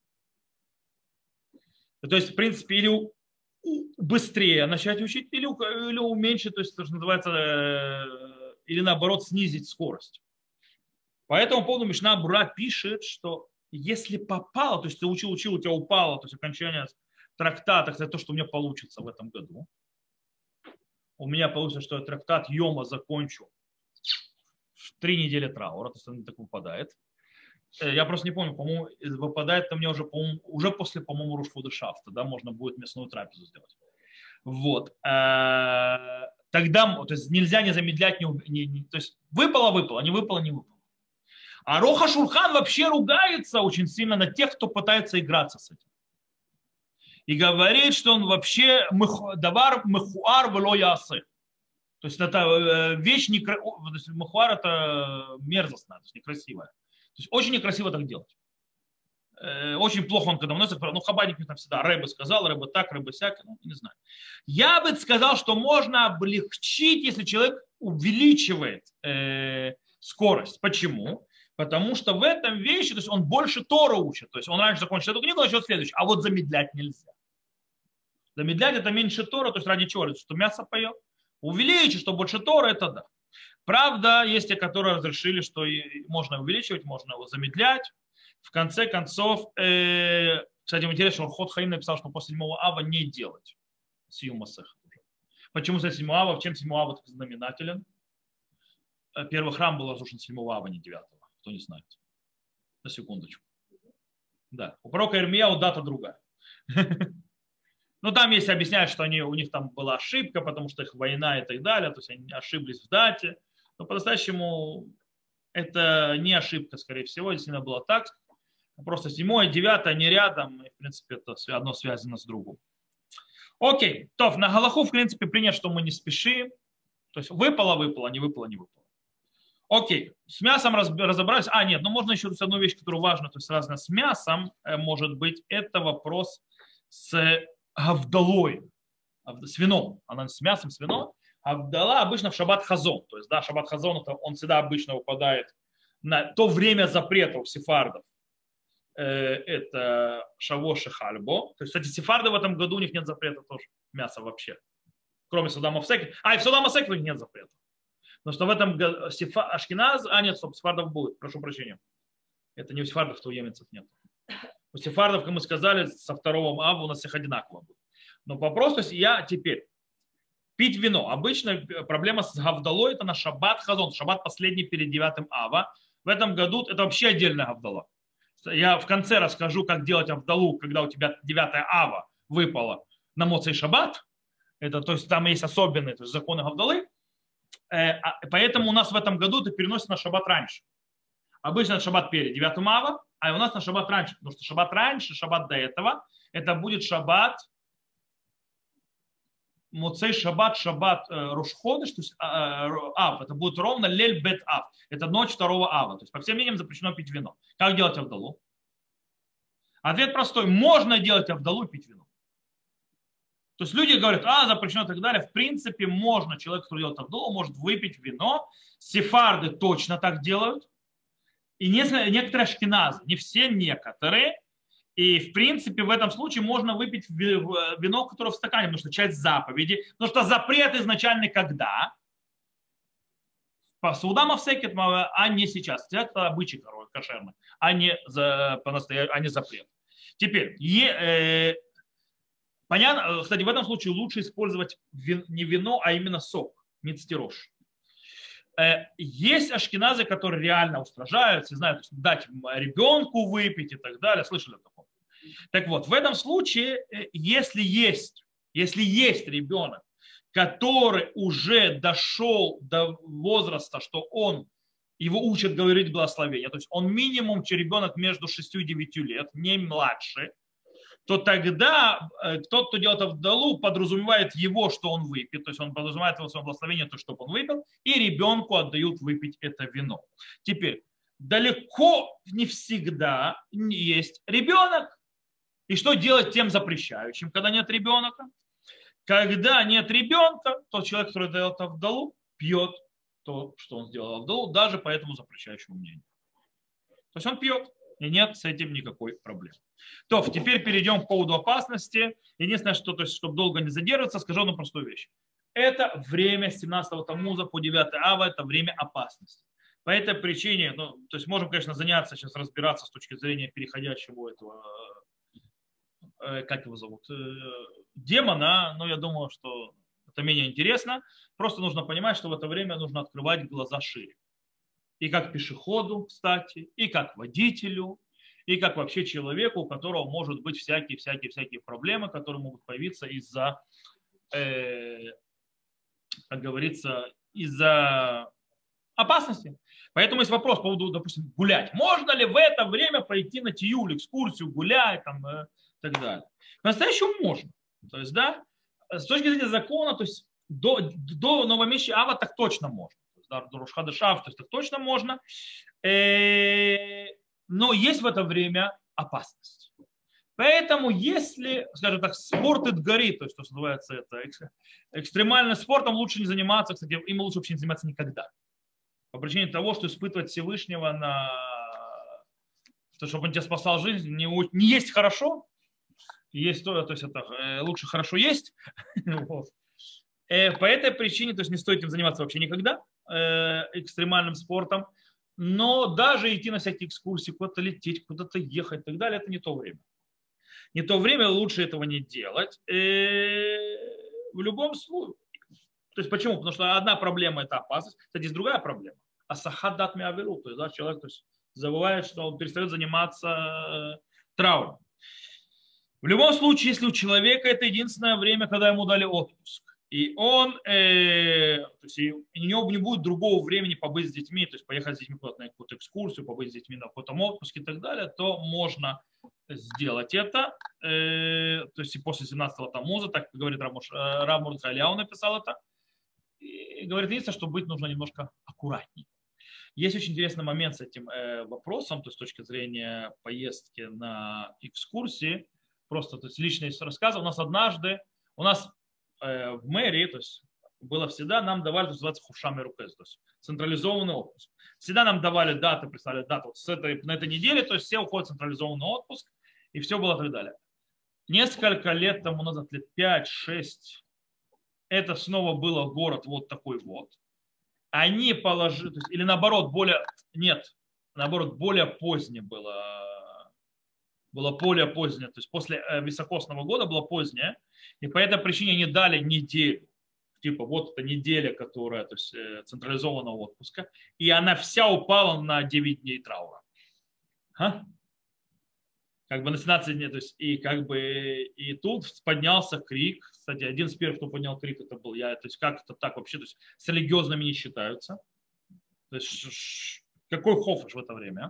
То есть, в принципе, или быстрее начать учить, или, или уменьшить, то есть, то, что называется, или наоборот снизить скорость. По этому поводу Мишна Бура пишет, что если попало, то есть ты учил, учил, у тебя упало, то есть окончание трактата, это то, что у меня получится в этом году. У меня получится, что я трактат Йома закончу в три недели траура, то есть он так выпадает. Я просто не помню, по-моему, выпадает то мне уже, по-моему, уже после, по-моему, Рош ходеш Ав, тогда можно будет мясную трапезу сделать. Вот. Тогда, то есть нельзя не замедлять, не, не, не, то есть выпало, выпало, не выпало, не выпало. А Роха Шурхан вообще ругается очень сильно на тех, кто пытается играться с этим. И говорит, что он вообще давар мехуар вло ясы. То есть это вещь, мехуар это мерзостная, то есть некрасивая. То есть очень некрасиво так делать. Очень плохо он когда вносит, ну хабадник там всегда, Рэбе сказал, Рэбе так, Рэбе сяк, ну не знаю. Я бы сказал, что можно облегчить, если человек увеличивает э, скорость. Почему? Потому что в этом вещи, то есть он больше Тору учит. То есть он раньше закончит эту книгу, начнет следующую. А вот замедлять нельзя. Замедлять это меньше Тора, то есть ради чего? Что мясо поел. Увеличить, что больше Тора, это да. Правда, есть те, которые разрешили, что можно увеличивать, можно его замедлять. В конце концов, э, кстати, интересно, что Ход Хаим написал, что после седьмого ава не делать сиюм масехет. Почему за седьмого ава? Чем седьмого ава так знаменателен? Первый храм был разрушен седьмого ава, не девятого. Кто не знает. На секундочку. Да. У пророка Ирмияу дата другая. Ну, там есть объясняют, что они, у них там была ошибка, потому что их война и так далее, то есть они ошиблись в дате. Но по-настоящему это не ошибка, скорее всего, действительно было так. Просто седьмое, девятое, они рядом, и, в принципе, это одно связано с другим. Окей, то на Галаху, в принципе, принято, что мы не спешим. То есть выпало, выпало, не выпало, не выпало. Окей, с мясом разобрались. А, нет, ну можно еще одну вещь, которая важна, то есть связана с мясом, может быть, это вопрос с гавдалой, с вином. Она с мясом, с вином. Гавдала обычно в шаббат хазон. То есть, да, шаббат хазон, он всегда обычно выпадает на то время запрета у сефардов. Это шавош и хальбо. То есть, кстати, сефарды в этом году у них нет запрета тоже мяса вообще. Кроме Судама Секи. А, и в Судама Секи у них нет запрета. Потому что в этом году Ашкеназ, а нет, стоп, сефардов будет, прошу прощения. Это не у сефардов, то у еменцев нет. У сефардов, как мы сказали, со второго ава у нас всех одинаково будет. Но вопрос, то есть я теперь пить вино. Обычно проблема с гавдалой это на шаббат хазон. Шаббат последний перед девятым ава. В этом году это вообще отдельная гавдала. Я в конце расскажу, как делать гавдалу, когда у тебя девятое ава выпало на Моцей шаббат. Это, то есть там есть особенные то есть законы гавдалы. Поэтому у нас в этом году это переносится на шаббат раньше. Обычно это шаббат перед девятым ава, а у нас на шаббат раньше. Потому что шаббат раньше, шаббат до этого, это будет шаббат Моцей Шаббат, Шаббат Рошходыш, то есть Ав, это будет ровно Лель Бет Ав. Это ночь второго Ава. То есть по всем мнениям запрещено пить вино. Как делать Авдалу? Ответ простой. Можно делать Авдалу и пить вино. То есть люди говорят, а, запрещено и так далее. В принципе, можно, человек, который делает Авдалу, может выпить вино. Сефарды точно так делают. И некоторые ашкеназы, не все, некоторые. И, в принципе, в этом случае можно выпить вино, которое в стакане, потому что часть заповеди. Потому что запрет изначальный когда? По судам Авсекет, а не сейчас. Это обычай кошерный, а не, за, а не запрет. Теперь, е, э, понятно, кстати, в этом случае лучше использовать вин, не вино, а именно сок, мицтирош. Э, есть ашкеназы, которые реально устражаются, знают, дать ребенку выпить и так далее. Слышали о таком? Так вот, в этом случае, если есть, если есть ребенок, который уже дошел до возраста, что он, его учат говорить благословение, то есть он минимум ребенок между шестью и девятью лет, не младше, то тогда тот, кто делает авдалу, подразумевает его, что он выпьет, то есть он подразумевает его свое благословение, то, чтобы он выпил, и ребенку отдают выпить это вино. Теперь, далеко не всегда есть ребенок. И что делать тем запрещающим, когда нет ребенка? Когда нет ребенка, то человек, который дает авдалу, пьет то, что он сделал авдалу, даже по этому запрещающему мнению. То есть он пьет, и нет с этим никакой проблемы. То, теперь перейдем к поводу опасности. Единственное, что, то есть, чтобы долго не задерживаться, скажу одну простую вещь. Это время с семнадцатого Таммуза по девятое Ава, это время опасности. По этой причине, ну, то есть можем, конечно, заняться сейчас, разбираться с точки зрения переходящего этого, как его зовут, демона, но я думаю, что это менее интересно. Просто нужно понимать, что в это время нужно открывать глаза шире. И как пешеходу, кстати, и как водителю, и как вообще человеку, у которого может быть всякие-всякие-всякие проблемы, которые могут появиться из-за, э, как говорится, из-за опасности. Поэтому есть вопрос по поводу, допустим, гулять. Можно ли в это время пойти на тиюль, экскурсию, гулять там, э, и так далее? По-настоящему можно. То есть, да, с точки зрения закона, то есть до, до новомесячия Ава так точно можно. До Рошхода Шав, то есть так точно можно. Но есть в это время опасность. Поэтому, если, скажем так, спорт это горит, то есть, что называется, это экстремальным спортом лучше не заниматься, кстати, им лучше вообще не заниматься никогда. По причине того, что испытывать Всевышнего на то, чтобы он тебя спасал жизнь, не, не есть хорошо, есть то, то есть это лучше хорошо есть. Вот. По этой причине, то есть не стоит этим заниматься вообще никогда, экстремальным спортом. Но даже идти на всякие экскурсии, куда-то лететь, куда-то ехать и так далее, это не то время. Не то время, лучше этого не делать. В любом случае. То есть почему? Потому что одна проблема – это опасность, кстати, есть другая проблема. Асахадат миавелу, то есть да, человек то есть, забывает, что он перестает заниматься травмой. В любом случае, если у человека это единственное время, когда ему дали отпуск, и он, э, то есть, и у него не будет другого времени побыть с детьми, то есть поехать с детьми куда-то на какую-то экскурсию, побыть с детьми на каком-то отпуске и так далее, то можно сделать это. Э, то есть и после семнадцатого Таммуза, так говорит Рамур Халяу, написал это. И говорит, единственное, что быть нужно немножко аккуратнее. Есть очень интересный момент с этим э, вопросом, то есть с точки зрения поездки на экскурсии. Просто то есть, личные рассказы. У нас однажды, у нас э, в мэрии, то есть было всегда, нам давали, то есть, называется хувшам мерукез, то есть централизованный отпуск. Всегда нам давали даты, прислали дату вот с этой, на этой неделе, то есть все уходят в централизованный отпуск, и все было и так далее. Несколько лет тому назад, лет пять-шесть, это снова было город вот такой вот. Они положили, или наоборот, более, нет, наоборот, более позднее было, было более позднее, то есть после високосного года было позднее, и по этой причине они дали неделю, типа вот эта неделя, которая, то есть централизованного отпуска, и она вся упала на девять дней траура. А? Как бы на семнадцать дней, то есть и как бы и тут поднялся крик. Кстати, один из первых, кто поднял крик, это был я. То есть как это так вообще, то есть с религиозными не считаются. То есть какой хофиш в это время?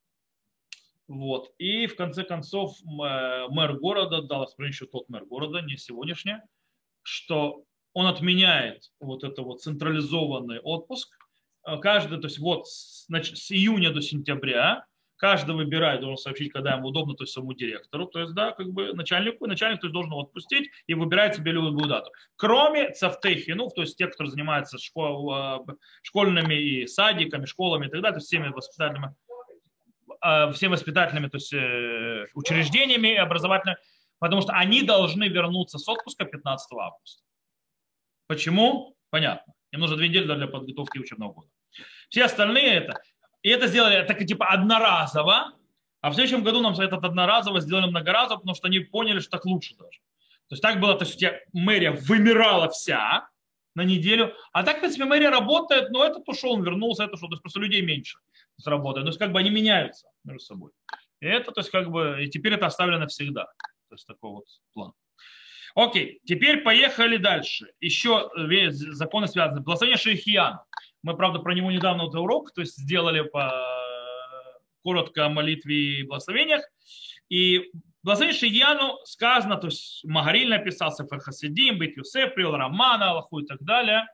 Вот. И в конце концов мэр города дал распоряжение, еще тот мэр города, не сегодняшний, что он отменяет вот это вот централизованный отпуск. Каждый, то есть вот значит, с июня до сентября каждый выбирает, должен сообщить, когда ему удобно, то есть самому директору, то есть, да, как бы начальнику, начальник, то есть, должен его отпустить и выбирает себе любую дату. Кроме цавтейхинув, то есть тех, кто занимается школ, школьными и садиками, школами и так далее, то есть всеми воспитательными, всеми воспитательными, то есть, учреждениями образовательными, потому что они должны вернуться с отпуска пятнадцатого августа. Почему? Понятно. Им нужно две недели для подготовки учебного года. Все остальные это. И это сделали так типа одноразово, а в следующем году нам за этот одноразово сделали многоразово, потому что они поняли, что так лучше даже. То есть так было, то есть у тебя мэрия вымирала вся на неделю, а так, в принципе, мэрия работает, но этот ушел, он вернулся, это ушел, то есть просто людей меньше работает. То есть как бы они меняются между собой. И это, то есть как бы, и теперь это оставлено навсегда. То есть такой вот план. Окей, теперь поехали дальше. Еще законы связаны. Благословение Шейхияна. Мы, правда, про него недавно вот урок, то есть сделали по коротко о молитве и благословениях. И благословение Шейхияну сказано, то есть Магариль написал, Сефер Хасидим, Бейт Йосеф, привел Романа, Аллаху и так далее.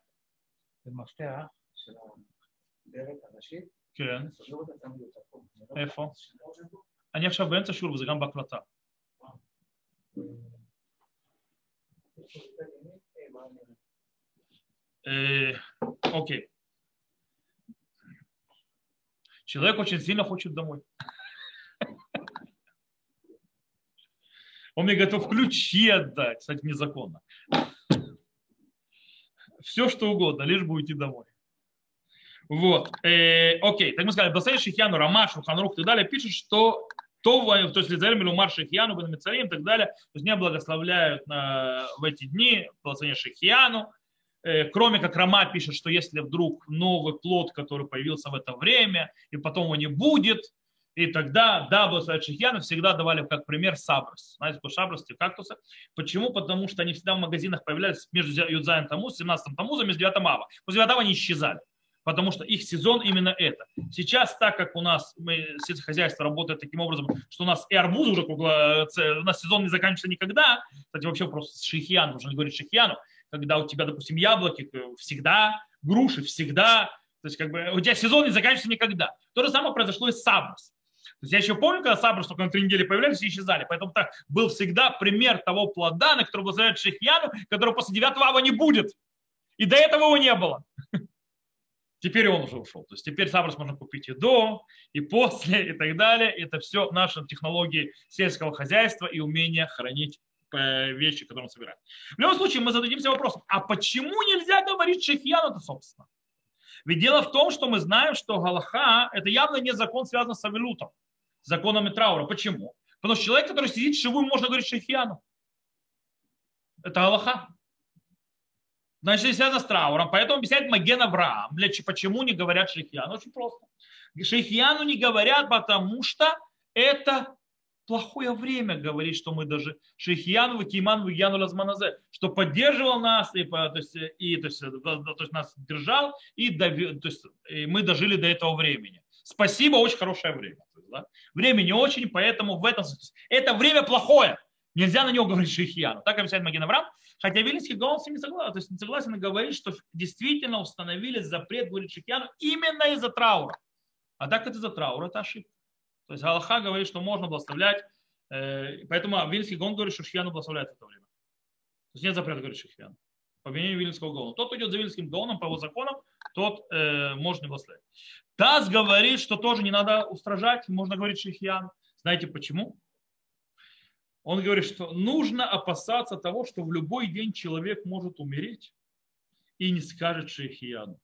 כן. איפה? אני עכשיו באמצע שיעור וזה גם בהקלטה. Окей. Человек очень сильно хочет домой. Он мне готов ключи отдать, кстати, незаконно. Все, что угодно, лишь бы уйти домой. Вот. Э, окей. Так мы сказали, благословение Шейхияну, Рамашу, Ханрух и так далее, пишут, что то, то есть Лизаэль Милумар Шейхияну, Бенамицарим и так далее, то есть не благословляют на, в эти дни благословение Шейхияну. Э, кроме как Рама пишет, что если вдруг новый плод, который появился в это время, и потом его не будет, и тогда, да, благословение Шейхияну всегда давали как пример саброс. Знаете, такой саброс, те кактусы. Почему? Потому что они всегда в магазинах появлялись между Юдзаем Тамуз, семнадцатым Тамузом и девятым Ава. После девятого они исчезали. Потому что их сезон именно это. Сейчас, так как у нас мы, сельскохозяйство работает таким образом, что у нас и арбузы уже кругло, у нас сезон не заканчивается никогда. Кстати, вообще просто шейхияну, нужно говорить шейхияну, когда у тебя, допустим, яблоки всегда, груши всегда, то есть как бы у тебя сезон не заканчивается никогда. То же самое произошло и с саброс. То есть я еще помню, когда саброс только на три недели появлялись и исчезали. Поэтому так был всегда пример того плода, на который благословляют шейхияну, которого после девятого ава не будет. И до этого его не было. Теперь он уже ушел. То есть теперь саброс можно купить и до, и после, и так далее. Это все наши технологии сельского хозяйства и умение хранить вещи, которые он собирает. В любом случае мы зададимся вопросом, а почему нельзя говорить шейхияну-то, собственно? Ведь дело в том, что мы знаем, что галаха – это явно не закон, связан с авилутом, с законами траура. Почему? Потому что человек, который сидит шивуем, можно говорить шейхияну. Это галаха. Значит, это связано с трауром. Поэтому объясняет Маген Авраам, для почему не говорят шейхияну. Очень просто. Шейхияну не говорят, потому что это плохое время говорить, что мы даже шейхияну, вакиман, вагьяну лазманазе, что поддерживал нас, и, то есть, и, то есть, то есть нас держал, и, дови, то есть, и мы дожили до этого времени. Спасибо, очень хорошее время. Да? Время не очень, поэтому в этом это время плохое. Нельзя на него говорить шейхияну. Так объясняет Маген Авраам. Хотя Вильнинский Гаон с ним не согласен, то есть не согласен и говорит, что действительно установили запрет говорить шейхияну именно из-за траура. А так это из-за траура, это ошибка. То есть галаха говорит, что можно благословлять, э, поэтому Вильнинский Гаон говорит, что шейхияну благословляет в это время. То есть нет запрета говорить шейхияну. По мнению Вильнинского Гаона. Тот, кто идет за Вильнинским Гаоном, по его законам, тот э, может не благословлять. Таз говорит, что тоже не надо устражать, можно говорить шейхияну. Знаете почему? Он говорит, что нужно опасаться того, что в любой день человек может умереть и не скажет шейхияну.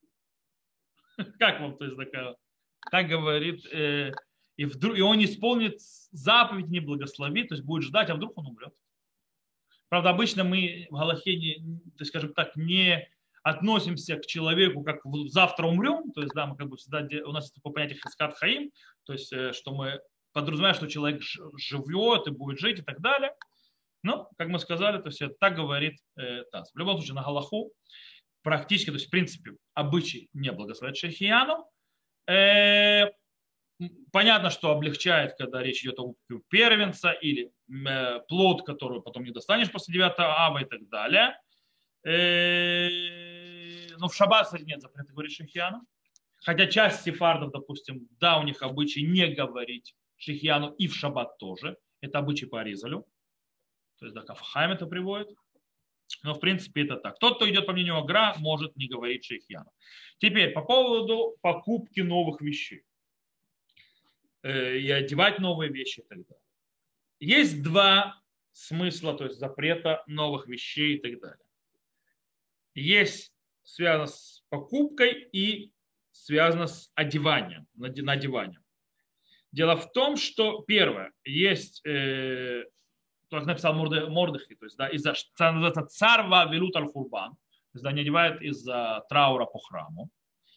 Как вам, то есть, такая? Так говорит, э, и, вдруг, и он не исполнит заповедь, не благословит, то есть будет ждать, а вдруг он умрет. Правда, обычно мы в галахе, не, то есть, скажем так, не относимся к человеку, как завтра умрем, то есть, да, мы как бы всегда, у нас есть такое понятие хискат хаим, то есть, что мы подразумеваем, что человек живет и будет жить и так далее. Но, как мы сказали, то есть так говорит э, Таз. В любом случае, на галаху практически, то есть в принципе, обычай не благословлять шейхияну. Э, понятно, что облегчает, когда речь идет о первенца или э, плод, который потом не достанешь после девятого ава и так далее. Э, ну, в шаббат, кстати, нет запрета говорить шейхияну. Хотя часть сефардов, допустим, да, у них обычай не говорить шейхияну и в шаббат тоже. Это обычай по Аризалю. То есть, да, Кафахайм это приводит. Но, в принципе, это так. Тот, кто идет по мнению Агра, может не говорить шейхияну. Теперь, по поводу покупки новых вещей. Э, и одевать новые вещи и так далее. Есть два смысла, то есть запрета новых вещей и так далее. Есть связано с покупкой и связано с одеванием, надеванием. Дело в том, что первое, есть, э, как написал Мордехи, то есть, да, из-за называется царва велут аль-хурбан, то есть, да, не одевают из-за траура по храму.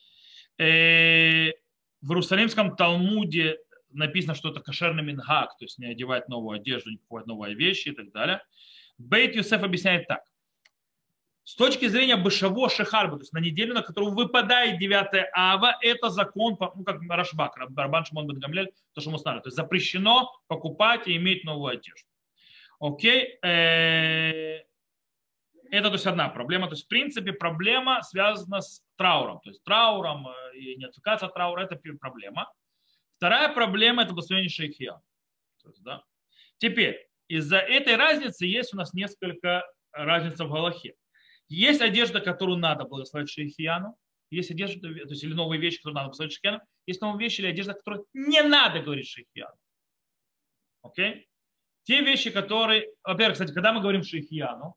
Э, в Иерусалимском Талмуде написано, что это кошерный мингак, то есть не одевать новую одежду, не покупать новые вещи и так далее. Бейт Юсеф объясняет так. С точки зрения бешаво шехарба, то есть на неделю, на которую выпадает девятое ава, это закон, ну как Рашбак, Рабан Шимон бен Гамлиэль, то, что мы знали. То есть запрещено покупать и иметь новую одежду. Окей. Это то есть одна проблема. То есть в принципе проблема связана с трауром. То есть трауром и не отвлекаться от траура, это проблема. Вторая проблема – это благословение шейхия. То есть, да. Теперь, из-за этой разницы есть у нас несколько разниц в галахе. Есть одежда, которую надо благословить шейхияну. Есть одежда, то есть или новые вещи, которые надо благословить шейхияну. Есть новые вещи или одежда, которую не надо говорить шейхияну. Окей? Те вещи, которые... Во-первых, кстати, когда мы говорим шейхияну,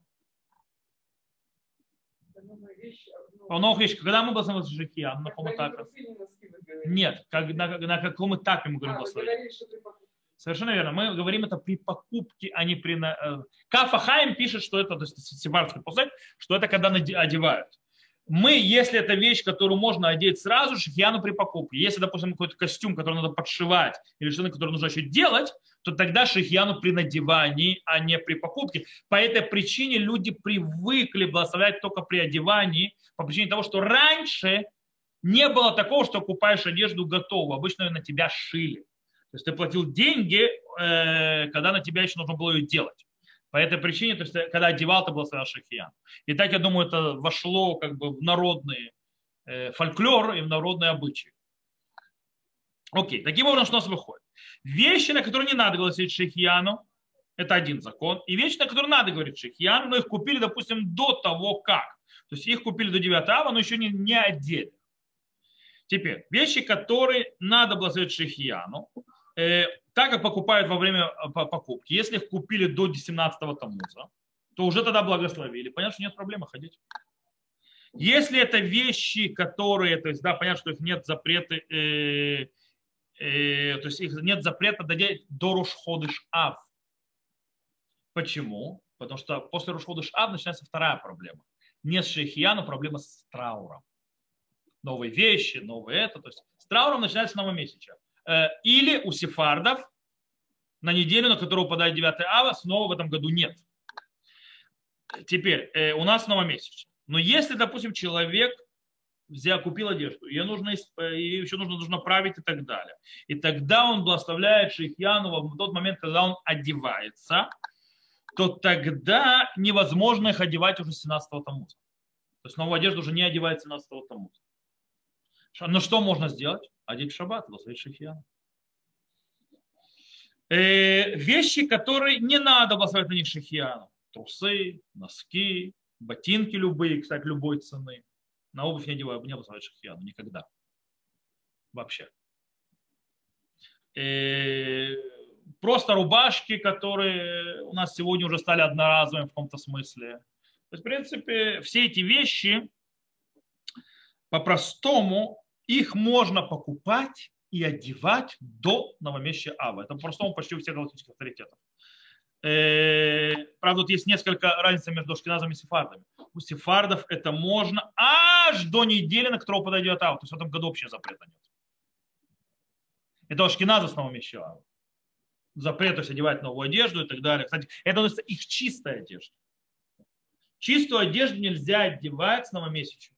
по новых вещах, когда мы благословим шейхияну, на каком этапе? Нет, как, на, на каком этапе мы говорим благословение? Совершенно верно. Мы говорим это при покупке, а не при... Каф Хаим пишет, что это, то есть сефардский посыль, что это когда одевают. Мы, если это вещь, которую можно одеть сразу, шейхияну при покупке. Если, допустим, какой-то костюм, который надо подшивать, или что-то, которое нужно еще делать, то тогда шейхияну при надевании, а не при покупке. По этой причине люди привыкли благословлять только при одевании, по причине того, что раньше не было такого, что покупаешь одежду готовую. Обычно ее на тебя шили. То есть ты платил деньги, когда на тебя еще нужно было ее делать. По этой причине, то есть когда одевал, ты благословлял шейхияну. И так, я думаю, это вошло как бы в народный фольклор и в народные обычаи. Окей, таким образом, что у нас выходит? Вещи, на которые не надо говорить шейхияну, это один закон. И вещи, на которые надо говорить шейхияну, но их купили, допустим, до того, как. То есть их купили до девятого ава, но еще не, не одели. Теперь, вещи, которые надо благословить шейхияну, э, так как покупают во время покупки, если их купили до семнадцатого тамуза, то уже тогда благословили. Понятно, что нет проблемы ходить. Если это вещи, которые, то есть, да, понятно, что их нет запрета, э, э, то есть их нет запрета додеть до Рош-ходыш Ав. Почему? Потому что после Рош-ходыш Ав начинается вторая проблема. Не с шейхияну, проблема с трауром. Новые вещи, новые это. То есть с трауром начинается новомесячие. Или у сефардов на неделю, на которую упадает девятое ава, снова в этом году нет. Теперь у нас новомесячие. Но если, допустим, человек взял, купил одежду, ее нужно, ее еще нужно, нужно править и так далее. И тогда он благословляет шейхияну в тот момент, когда он одевается, то тогда невозможно их одевать уже с семнадцатого тамуза. То есть новую одежду уже не одевает с семнадцатого тамуза. Но что можно сделать? Одеть в шаббат, благословить шейхияну. Э, вещи, которые не надо благословить на них шейхияну. Трусы, носки, ботинки любые, кстати, любой цены. На обувь не одеваю, не благословить шейхияну никогда. Вообще. Э, просто рубашки, которые у нас сегодня уже стали одноразовыми в каком-то смысле. То есть, в принципе, все эти вещи по-простому их можно покупать и одевать до новомесячия Ава. Это по-простому почти у всех галактических авторитетов. Э, правда, тут есть несколько разниц между ашкеназами и сефардами. У сефардов это можно аж до недели, на которую подойдет Ава. То есть в этом году вообще запрета нет. Это ашкеназы с новомесячия Ава. Запрет, то есть одевать новую одежду и так далее. Кстати, это их чистая одежда. Чистую одежду нельзя одевать с новомесячия.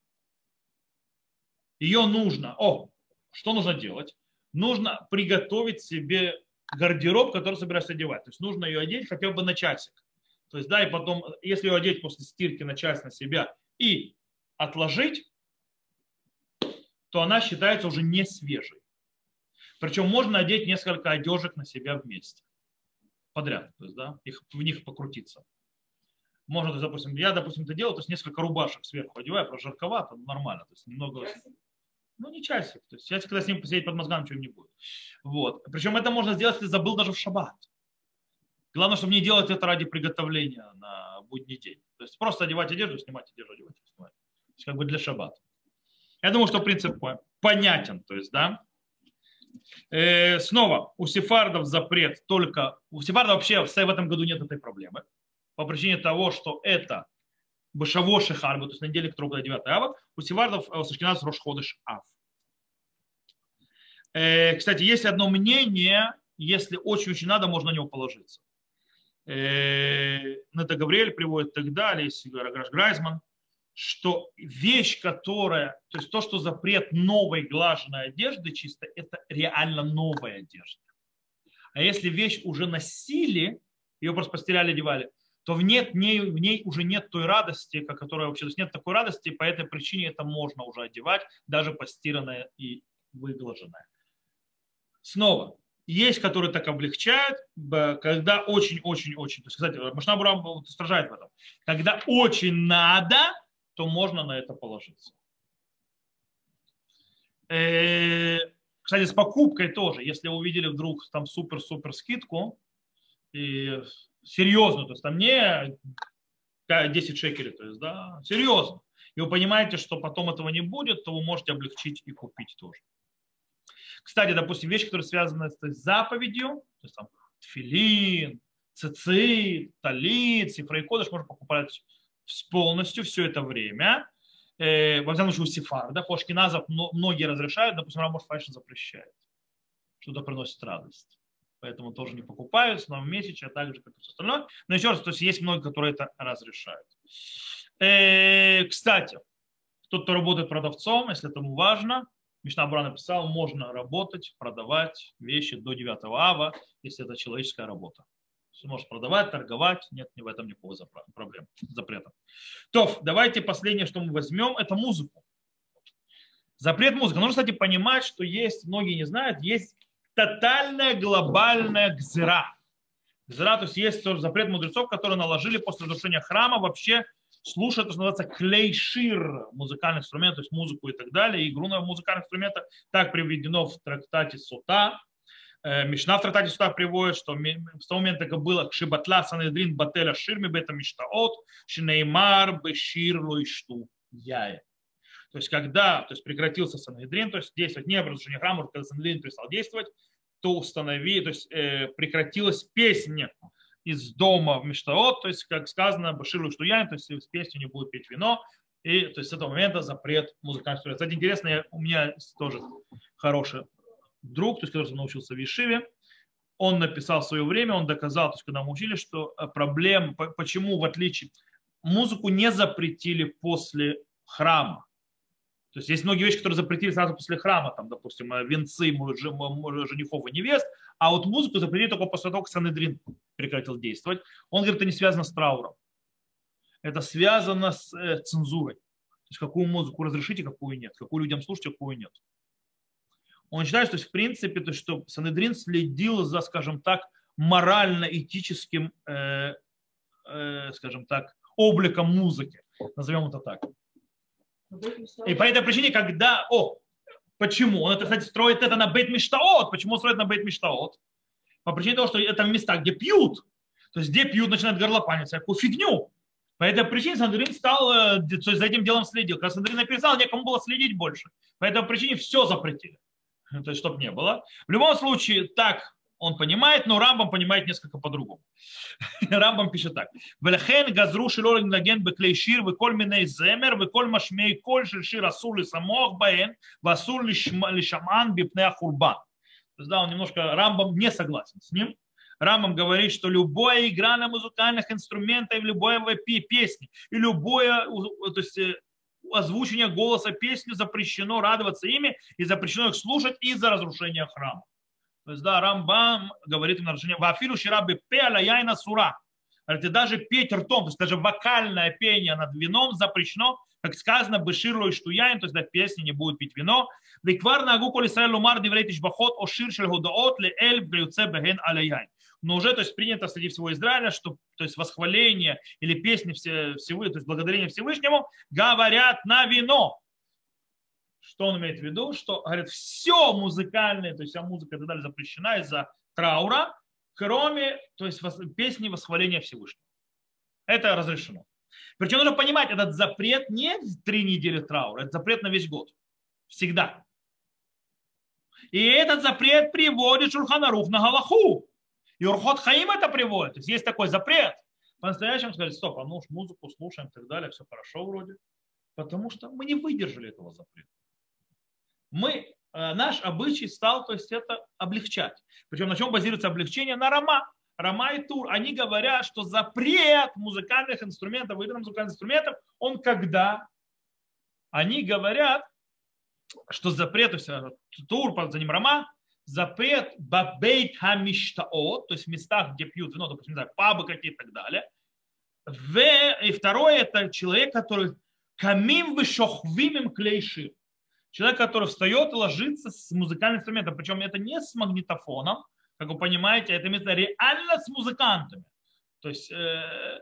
Ее нужно, о, что нужно делать? Нужно приготовить себе гардероб, который собираешься одевать. То есть нужно ее одеть хотя бы на часик. То есть, да, и потом, если ее одеть после стирки, начать на себя и отложить, то она считается уже не свежей. Причем можно одеть несколько одежек на себя вместе, подряд, то есть, да, их, в них покрутиться. Можно, то есть, допустим, я, допустим, это делаю, то есть несколько рубашек сверху одеваю, просто жарковато, нормально, то есть немного... Ну, не часик. То есть часик, когда с ним посидеть под мозгами, ничего не будет. Вот. Причем это можно сделать, если забыл даже в шаббат. Главное, чтобы не делать это ради приготовления на будний день. То есть просто одевать одежду, снимать одежду, одевать, снимать. То есть как бы для шаббата. Я думаю, что принцип понятен. То есть, да. Э, снова, у сефардов запрет только... У сефардов вообще в этом году нет этой проблемы. По причине того, что это Башаво Шехарба, то есть на неделе, которая была девятого ава, у сефардов, у ашкеназов Рош Ходеш Ав. Э, кстати, есть одно мнение, если очень-очень надо, можно на него положиться. Э, это Гавриэль приводит и так далее, есть Граш Грайзман, что вещь, которая, то есть то, что запрет новой глаженной одежды чисто, это реально новая одежда. А если вещь уже носили, ее просто постирали, одевали, то в, нет, в, ней, в ней уже нет той радости, которая вообще, то есть нет такой радости, по этой причине это можно уже одевать, даже постиранное и выглаженное. Снова, есть, которые так облегчают, когда очень-очень-очень, то есть, кстати, Мишна Бура стражает в этом, когда очень надо, то можно на это положиться. Кстати, с покупкой тоже, если вы увидели вдруг там супер-супер скидку, и серьезно, то есть там не десять шекелей, то есть, да, серьезно. И вы понимаете, что потом этого не будет, то вы можете облегчить и купить тоже. Кстати, допустим, вещи, которые связаны с заповедью, то есть там тфилин, цицит, талит, сифрей кодеш, можно покупать полностью все это время. Э, во всяком случае, у сефардов, у ашкеназов многие разрешают, допустим, Рамош Файшин запрещает, что-то приносит радость. Поэтому тоже не покупают, но в месяц, а так же, как и все остальное. Но еще раз, то есть есть многие, которые это разрешают. Э, кстати, тот, кто работает продавцом, если этому важно, Мишна Бура написал, можно работать, продавать вещи до девятого ава, если это человеческая работа. Ты можешь продавать, торговать, нет в этом никакого проблем, запрета. То, давайте последнее, что мы возьмем, это музыку. Запрет музыки. Нужно, кстати, понимать, что есть, многие не знают, есть тотальная глобальная гзира. Гзира, то есть есть тоже запрет мудрецов, которые наложили после разрушения храма вообще слушать, то, что называется клейшир, музыкальный инструмент, то есть музыку и так далее, игру на музыкальных инструментах. Так приведено в трактате Сута. Мишна в трактате Сута приводит, что с того момента, как было Кшибатла Санедрин Бателя Ширми Бета Миштаот, Шинеймар Бешир Лойшту Яя. То есть, когда то есть, прекратился Санедрин, то есть действовать не разрушение храма, когда Санедрин перестал действовать, то установи, то есть э, прекратилась песня из дома в Миштаот, то есть, как сказано, Баширу Штуян, то есть с песней не будет петь вино, и то есть с этого момента запрет музыкальных инструментов. Кстати, интересно, я, у меня тоже хороший друг, то есть, который научился в Ешиве, он написал в свое время, он доказал, то есть, когда мы учили, что проблема, почему в отличие, музыку не запретили после храма. То есть есть многие вещи, которые запретили сразу после храма, там, допустим, венцы женихов и невест, а вот музыку запретили только после того, как Санедрин прекратил действовать. Он говорит, это не связано с трауром. Это связано с э, цензурой. То есть какую музыку разрешите, какую нет, какую людям слушать, какую нет. Он считает, что в принципе, то, что Санедрин следил за, скажем так, морально-этическим, э, э, скажем так, обликом музыки. Назовем это так. И по этой причине, когда... О, почему? Он, это, кстати, строит это на Бейт Миштаот. Почему он строит на Бейт Миштаот? По причине того, что это места, где пьют. То есть, где пьют, начинают горлопанить всякую фигню. По этой причине Санедрин стал, то есть, за этим делом следил. Когда Санедрин написал, некому было следить больше. По этой причине все запретили. То есть, чтобы не было. В любом случае, так он понимает, но Рамбам понимает несколько по-другому. Рамбам пишет так. Велхен газру шилолин лаген беклей шир веколь миней земер веколь машмей коль шир асур лисамох баэн васур лишаман бипнеа хурбан. То есть, да, он немножко, Рамбам не согласен с ним. Рамбам говорит, что любая игра на музыкальных инструментах, любая песня и любое, то есть, озвучение голоса песни запрещено радоваться ими и запрещено их слушать из-за разрушения храма. То есть, да, Рамбам говорит им нарушение. Вафилу ширабы пеала яйна сура. Говорит, и даже петь ртом, то есть даже вокальное пение над вином запрещено, как сказано, беширло и штуяин, то есть да, песни не будут пить вино. Веквар нагу коли Исраэль умар диврей тишбахот о шир шель годаот ле эль бреюце беген аляяин. Но уже, то есть, принято среди всего Израиля, что, то есть, восхваление или песни все, всевы, то есть, благодарение Всевышнему говорят на вино. Что он имеет в виду? Что, говорит, все музыкальное, то есть, вся музыка и так далее запрещена из-за траура, кроме, то есть, песни восхваления Всевышнего. Это разрешено. Причем нужно понимать, этот запрет не три недели траура, это запрет на весь год. Всегда. И этот запрет приводит Шульхан Арух на Галаху. И Урхот Хаим это приводит. То есть есть такой запрет. По-настоящему сказать, стоп, а ну музыку слушаем и так далее, все хорошо вроде. Потому что мы не выдержали этого запрета. Мы, наш обычай стал, то есть это облегчать. Причем на чем базируется облегчение? На Рама. Рама и Тур. Они говорят, что запрет музыкальных инструментов, выданных музыкальных инструментов, он когда? Они говорят, что запрет, то есть Тур, за ним Рама, запрет бабейт хамиштаот, то есть в местах, где пьют вино, допустим, не знаю, пабы какие-то и так далее. В, и второе, это человек, который камим вышохвимим клейшир. Человек, который встает и ложится с музыкальным инструментом. Причем это не с магнитофоном, как вы понимаете, это место реально с музыкантами. То есть э,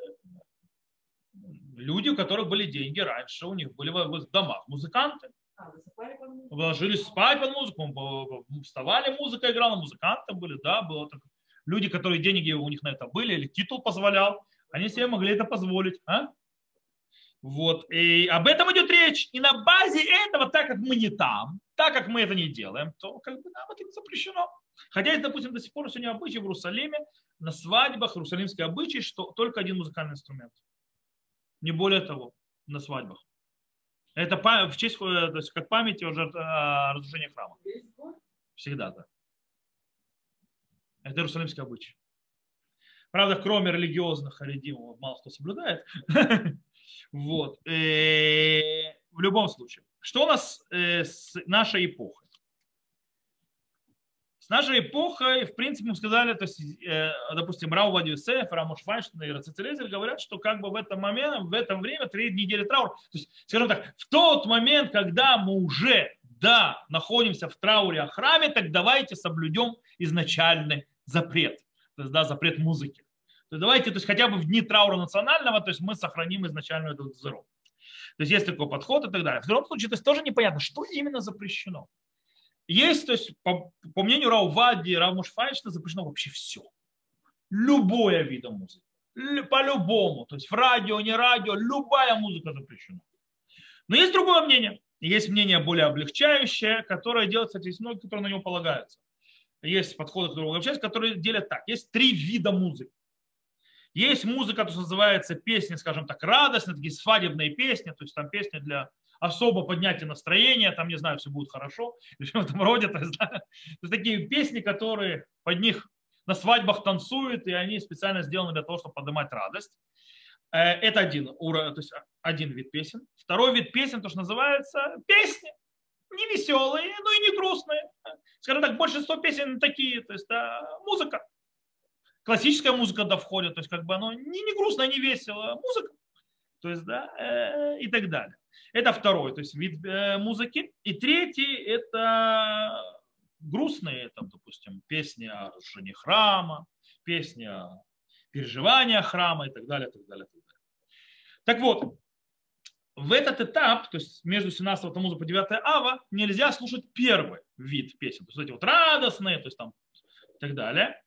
люди, у которых были деньги раньше, у них были в домах музыканты. А, засыпали под музыку? Ложились спать под музыку, вставали, музыка играла, музыканты были, да, было так. Люди, которые деньги у них на это были, или титул позволял, они себе могли это позволить. А? Вот. И об этом идет речь. И на базе этого, так как мы не там, так как мы это не делаем, то как бы нам это не запрещено. Хотя, допустим, до сих пор сегодня обычай в Иерусалиме, на свадьбах, иерусалимский обычай, что только один музыкальный инструмент. Не более того, на свадьбах. Это в честь, то есть как память о разрушении храма. Всегда так. Это иерусалимский обычай. Правда, кроме религиозных харидимов мало кто соблюдает. Вот. В любом случае. Что у нас с нашей эпохой? С нашей эпохой, в принципе, мы сказали, то есть, допустим, Рау Вади Йосеф, Рамош Файнштейн и Раци Целезер говорят, что как бы в этом момент, в это время, три недели траура. То есть, скажем так, в тот момент, когда мы уже, да, находимся в трауре о храме, так давайте соблюдем изначальный запрет. То есть, да, запрет музыки. То есть, давайте, то есть, хотя бы в дни траура национального, то есть, мы сохраним изначальную эту зеру. То есть, есть такой подход и так далее. В другом случае, то есть, тоже непонятно, что именно запрещено. Есть, то есть, по, по мнению Рау Вади и Рау Мушфайнштейна, запрещено вообще все. Любое вида музыки. По-любому. То есть в радио, не радио, любая музыка запрещена. Но есть другое мнение. Есть мнение более облегчающее, которое делает, кстати, есть многие, которые на него полагаются. Есть подходы, которые облегчаются, которые делят так. Есть три вида музыки. Есть музыка, то, что называется песни, скажем так, радостные, такие свадебные песни, то есть там песни для особо поднятия настроения, там, не знаю, все будет хорошо, или в этом роде. То есть, да, то есть такие песни, которые под них на свадьбах танцуют, и они специально сделаны для того, чтобы поднимать радость. Это один, то есть один вид песен. Второй вид песен, то, что называется песни. Не веселые, но и не грустные. Скажем так, большинство песен такие, то есть да, музыка. Классическая музыка да входит, то есть как бы оно не, не грустно, не весело, музыка. То есть, да, э, и так далее. Это второй, то есть вид э, музыки. И третий это грустные, там, допустим, песни о разрушении храма, песни о переживаниях храма и так далее, и так далее, и так далее. Так вот, в этот этап, то есть между семнадцатого Тамуза по девятое Ава, нельзя слушать первый вид песен. То есть эти вот радостные, то есть там и так далее.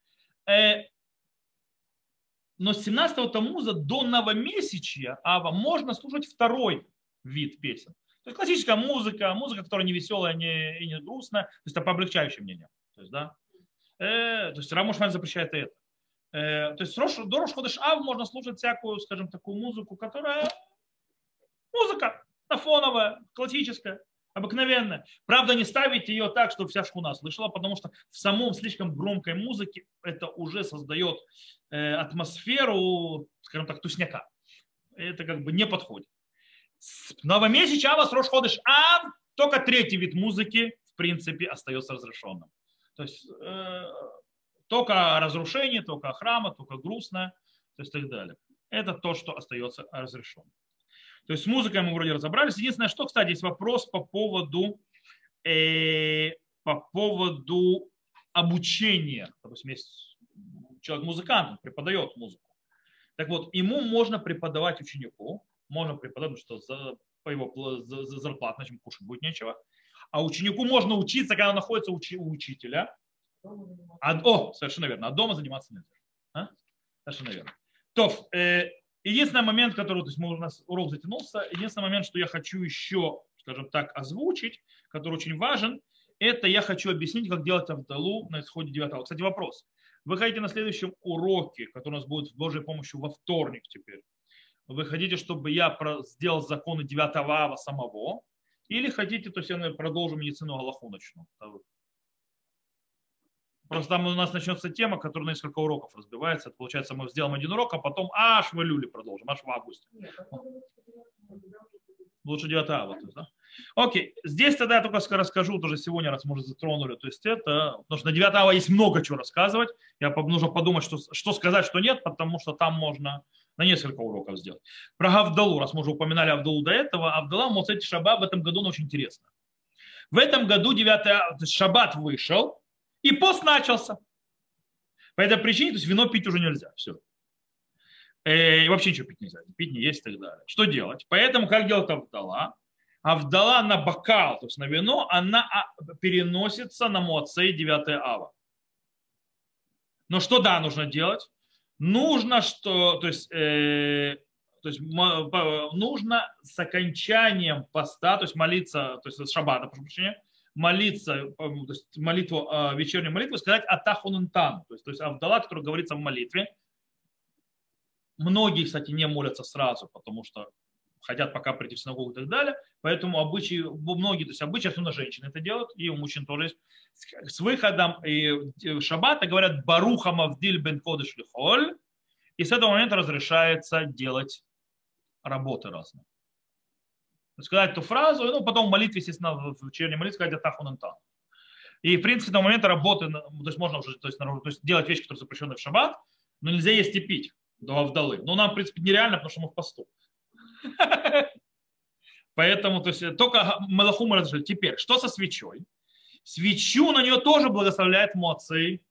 Но с семнадцатого Тамуза до новомесячья Ава можно слушать второй вид песен. То есть классическая музыка, музыка, которая не веселая не, и не грустная, то есть это по облегчающим мнениям. То есть, да, э, то есть Рамош Файн запрещает это. Э, то есть до Рош Ходеш Ав можно слушать всякую, скажем, такую музыку, которая музыка фоновая, классическая, обыкновенная. Правда, не ставить ее так, чтобы вся шхуна слышала, потому что в самом слишком громкой музыке это уже создает э, атмосферу, скажем так, тусняка. Это как бы не подходит. Новомесячье Ава с Рош Ходеш Ав только третий вид музыки в принципе остается разрешенным. То есть э, только разрушение, только храма, только грустное. то есть и так далее. Это то, что остается разрешенным. То есть с музыкой мы вроде разобрались. Единственное, что, кстати, есть вопрос по поводу, э, по поводу обучения. Допустим, есть человек-музыкант, он преподает музыку. Так вот, ему можно преподавать ученику, можно преподавать, потому что за, по его за, за зарплату, значит, кушать будет нечего. А ученику можно учиться, когда он находится у учителя. А, о, совершенно верно. А дома заниматься нельзя. А? Совершенно верно. То, э, единственный момент, который, то есть мы, у нас урок затянулся, единственный момент, что я хочу еще, скажем так, озвучить, который очень важен, это я хочу объяснить, как делать авдалу на исходе девятого. Кстати, вопрос. Вы хотите на следующем уроке, который у нас будет с Божьей помощью во вторник теперь, вы хотите, чтобы я сделал законы девятого ава самого, или хотите, то есть я продолжу медицину Галаху начну? Просто там у нас начнется тема, которая на несколько уроков разбивается. Это, получается, мы сделаем один урок, а потом аж в июле продолжим, аж в августе. Лучше девятого ава. Да? Окей, здесь тогда я только расскажу, тоже сегодня, раз мы уже затронули, то есть это, потому что на девятого ава есть много чего рассказывать. Я нужно подумать, что, что сказать, что нет, потому что там можно на несколько уроков сделать. Про Авдалу, раз мы уже упоминали Авдалу до этого, Авдала Моцет Шаббат в этом году очень интересно. В этом году девятый ав, то есть Шаббат вышел, и пост начался. По этой причине, то есть вино пить уже нельзя. Все. И вообще ничего пить нельзя. Пить не есть и так далее. Что делать? Поэтому как делать Авдала? Авдала на бокал, то есть на вино, она переносится на Моцей девятый ава. Но что да, нужно делать? Нужно, что, то есть, э, то есть нужно с окончанием поста, то есть молиться, то есть с шаббата, прошу прощения, молиться, то есть молитву, вечернюю молитву, сказать атахунантан, то есть, то есть Авдала, который говорится в молитве. Многие, кстати, не молятся сразу, потому что хотят пока прийти в синагогу и так далее. Поэтому обычаи, многие, то есть обычаи, особенно женщины это делают, и у мужчин тоже есть. С выходом шаббата говорят «Баруха мавдиль бен кодеш лихоль», и с этого момента разрешается делать работы разные. Сказать эту фразу, ну, потом в молитве, естественно, в вечерней молитве сказать «Атахунантан». И, в принципе, до момента работы, то есть можно уже то есть, то есть делать вещи, которые запрещены в шаббат, но нельзя есть и пить до Авдалы. Но нам, в принципе, нереально, потому что мы в посту. Поэтому, то есть, только Малаху мы разрешили. Теперь, что со свечой? Свечу на нее тоже благословляет Моцей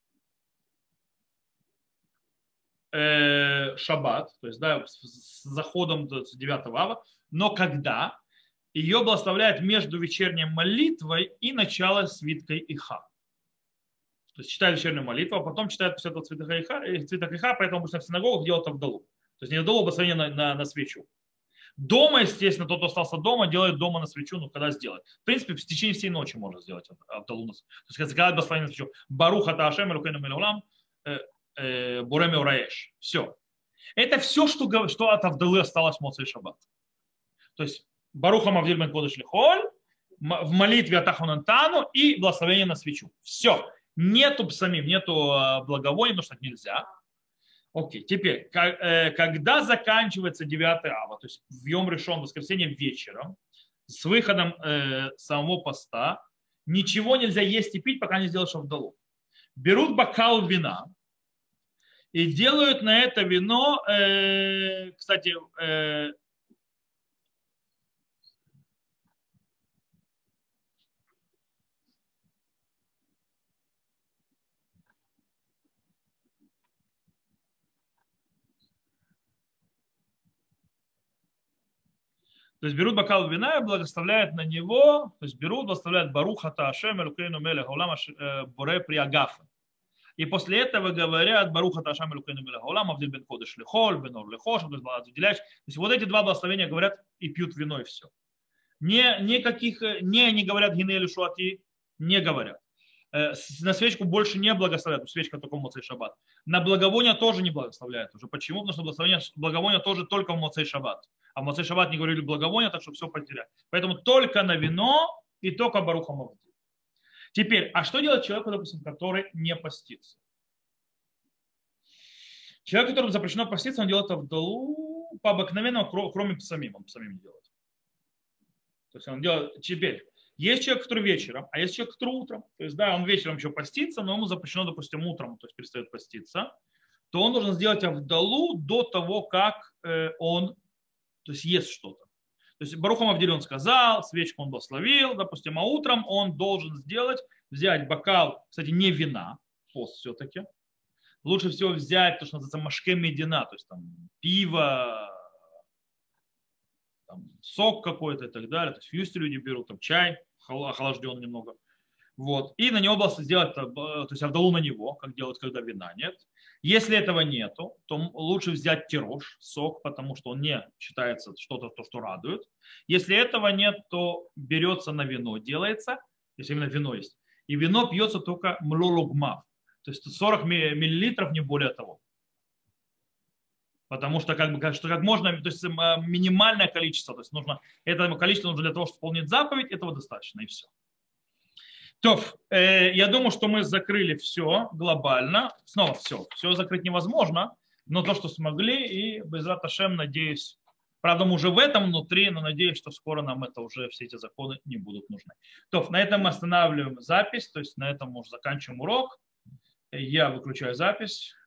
э, Шаббат, то есть, да, с заходом девятого ава. Но когда ее благословляет между вечерней молитвой и начало свиткой Иха. То есть читают вечернюю молитву, а потом читают после этого цвиток Иха, цвиток Иха, поэтому обычно в синагогах делают Авдалу. То есть не Авдалу, а благословение на, на, на свечу. Дома, естественно, тот, кто остался дома, делает дома на свечу, ну, когда сделать. В принципе, в течение всей ночи можно сделать Авдалу. То есть сказать благословение на свечу. Барух ата Ашем, Элокейну мелеулам, Буреме ураеш. Все. Это все, что, что от Авдалы осталось в Моцей Шаббат. То есть Баруха мавдиль бен кодеш лихоль, в молитве атахунантану и благословение на свечу. Все. Нету псамим, нету благовоний, потому что это нельзя. Окей, теперь, когда заканчивается девятый ава, то есть в Йом Ришон, воскресенье вечером, с выходом самого поста, ничего нельзя есть и пить, пока не сделаешь Авдалу. Берут бокал вина и делают на это вино, кстати, То есть берут бокал вина и благословляют на него, то есть берут, благословляют Барух ата Ашем Элокейну мелех хаолам боре приагафа. И после этого говорят Барух ата Ашем Элокейну мелех хаолам авдиль бен кодеш лихоль, бен ор лихош, то есть выделяешь. То есть вот эти два благословения говорят и пьют вино и все. Не, никаких, не они говорят гинели шуати, не говорят. На свечку больше не благословляют, свечка только в Моцей Шаббат. На благовония тоже не благословляют. Уже почему? Потому что благословение, благовония тоже только в Моцей Шаббат. А в Моцей Шаббат не говорили благовония, так что все потеряли. Поэтому только на вино и только Баруха мавдиль. Теперь, а что делать человеку, допустим, который не постится? Человек, которому запрещено поститься, он делает Авдалу по обыкновенному, кроме псамим. Он псамим не делает. То есть он делает теперь. Есть человек, который вечером, а есть человек, который утром. То есть, да, он вечером еще постится, но ему запрещено, допустим, утром, то есть перестает поститься. то он должен сделать авдалу до того, как э, он, то есть ест что-то. То есть Барухам Авдили он сказал, свечку он благословил, допустим, а утром он должен сделать, взять бокал, кстати, не вина, пост все-таки. Лучше всего взять то, что называется машке медина, то есть там пиво, там, сок какой-то и так далее. То есть в Юсте люди берут там чай, охлажденный немного. Вот. И на него было сделать, то есть авдалу на него, как делают, когда вина нет. Если этого нету, то лучше взять тирож, сок, потому что он не считается что-то, то, что радует. Если этого нет, то берется на вино, делается, если именно вино есть. И вино пьется только млологмав, то есть сорок миллилитров, не более того. Потому что как бы что как можно, то есть минимальное количество, то есть нужно, это количество нужно для того, чтобы исполнить заповедь, этого достаточно и все. То, э, я думаю, что мы закрыли все глобально. Снова все. Все закрыть невозможно, но то, что смогли, и Безрат Ашем, надеюсь, правда, мы уже в этом внутри, но надеюсь, что скоро нам это уже, все эти законы не будут нужны. То, на этом мы останавливаем запись, то есть на этом мы уже заканчиваем урок. Я выключаю запись.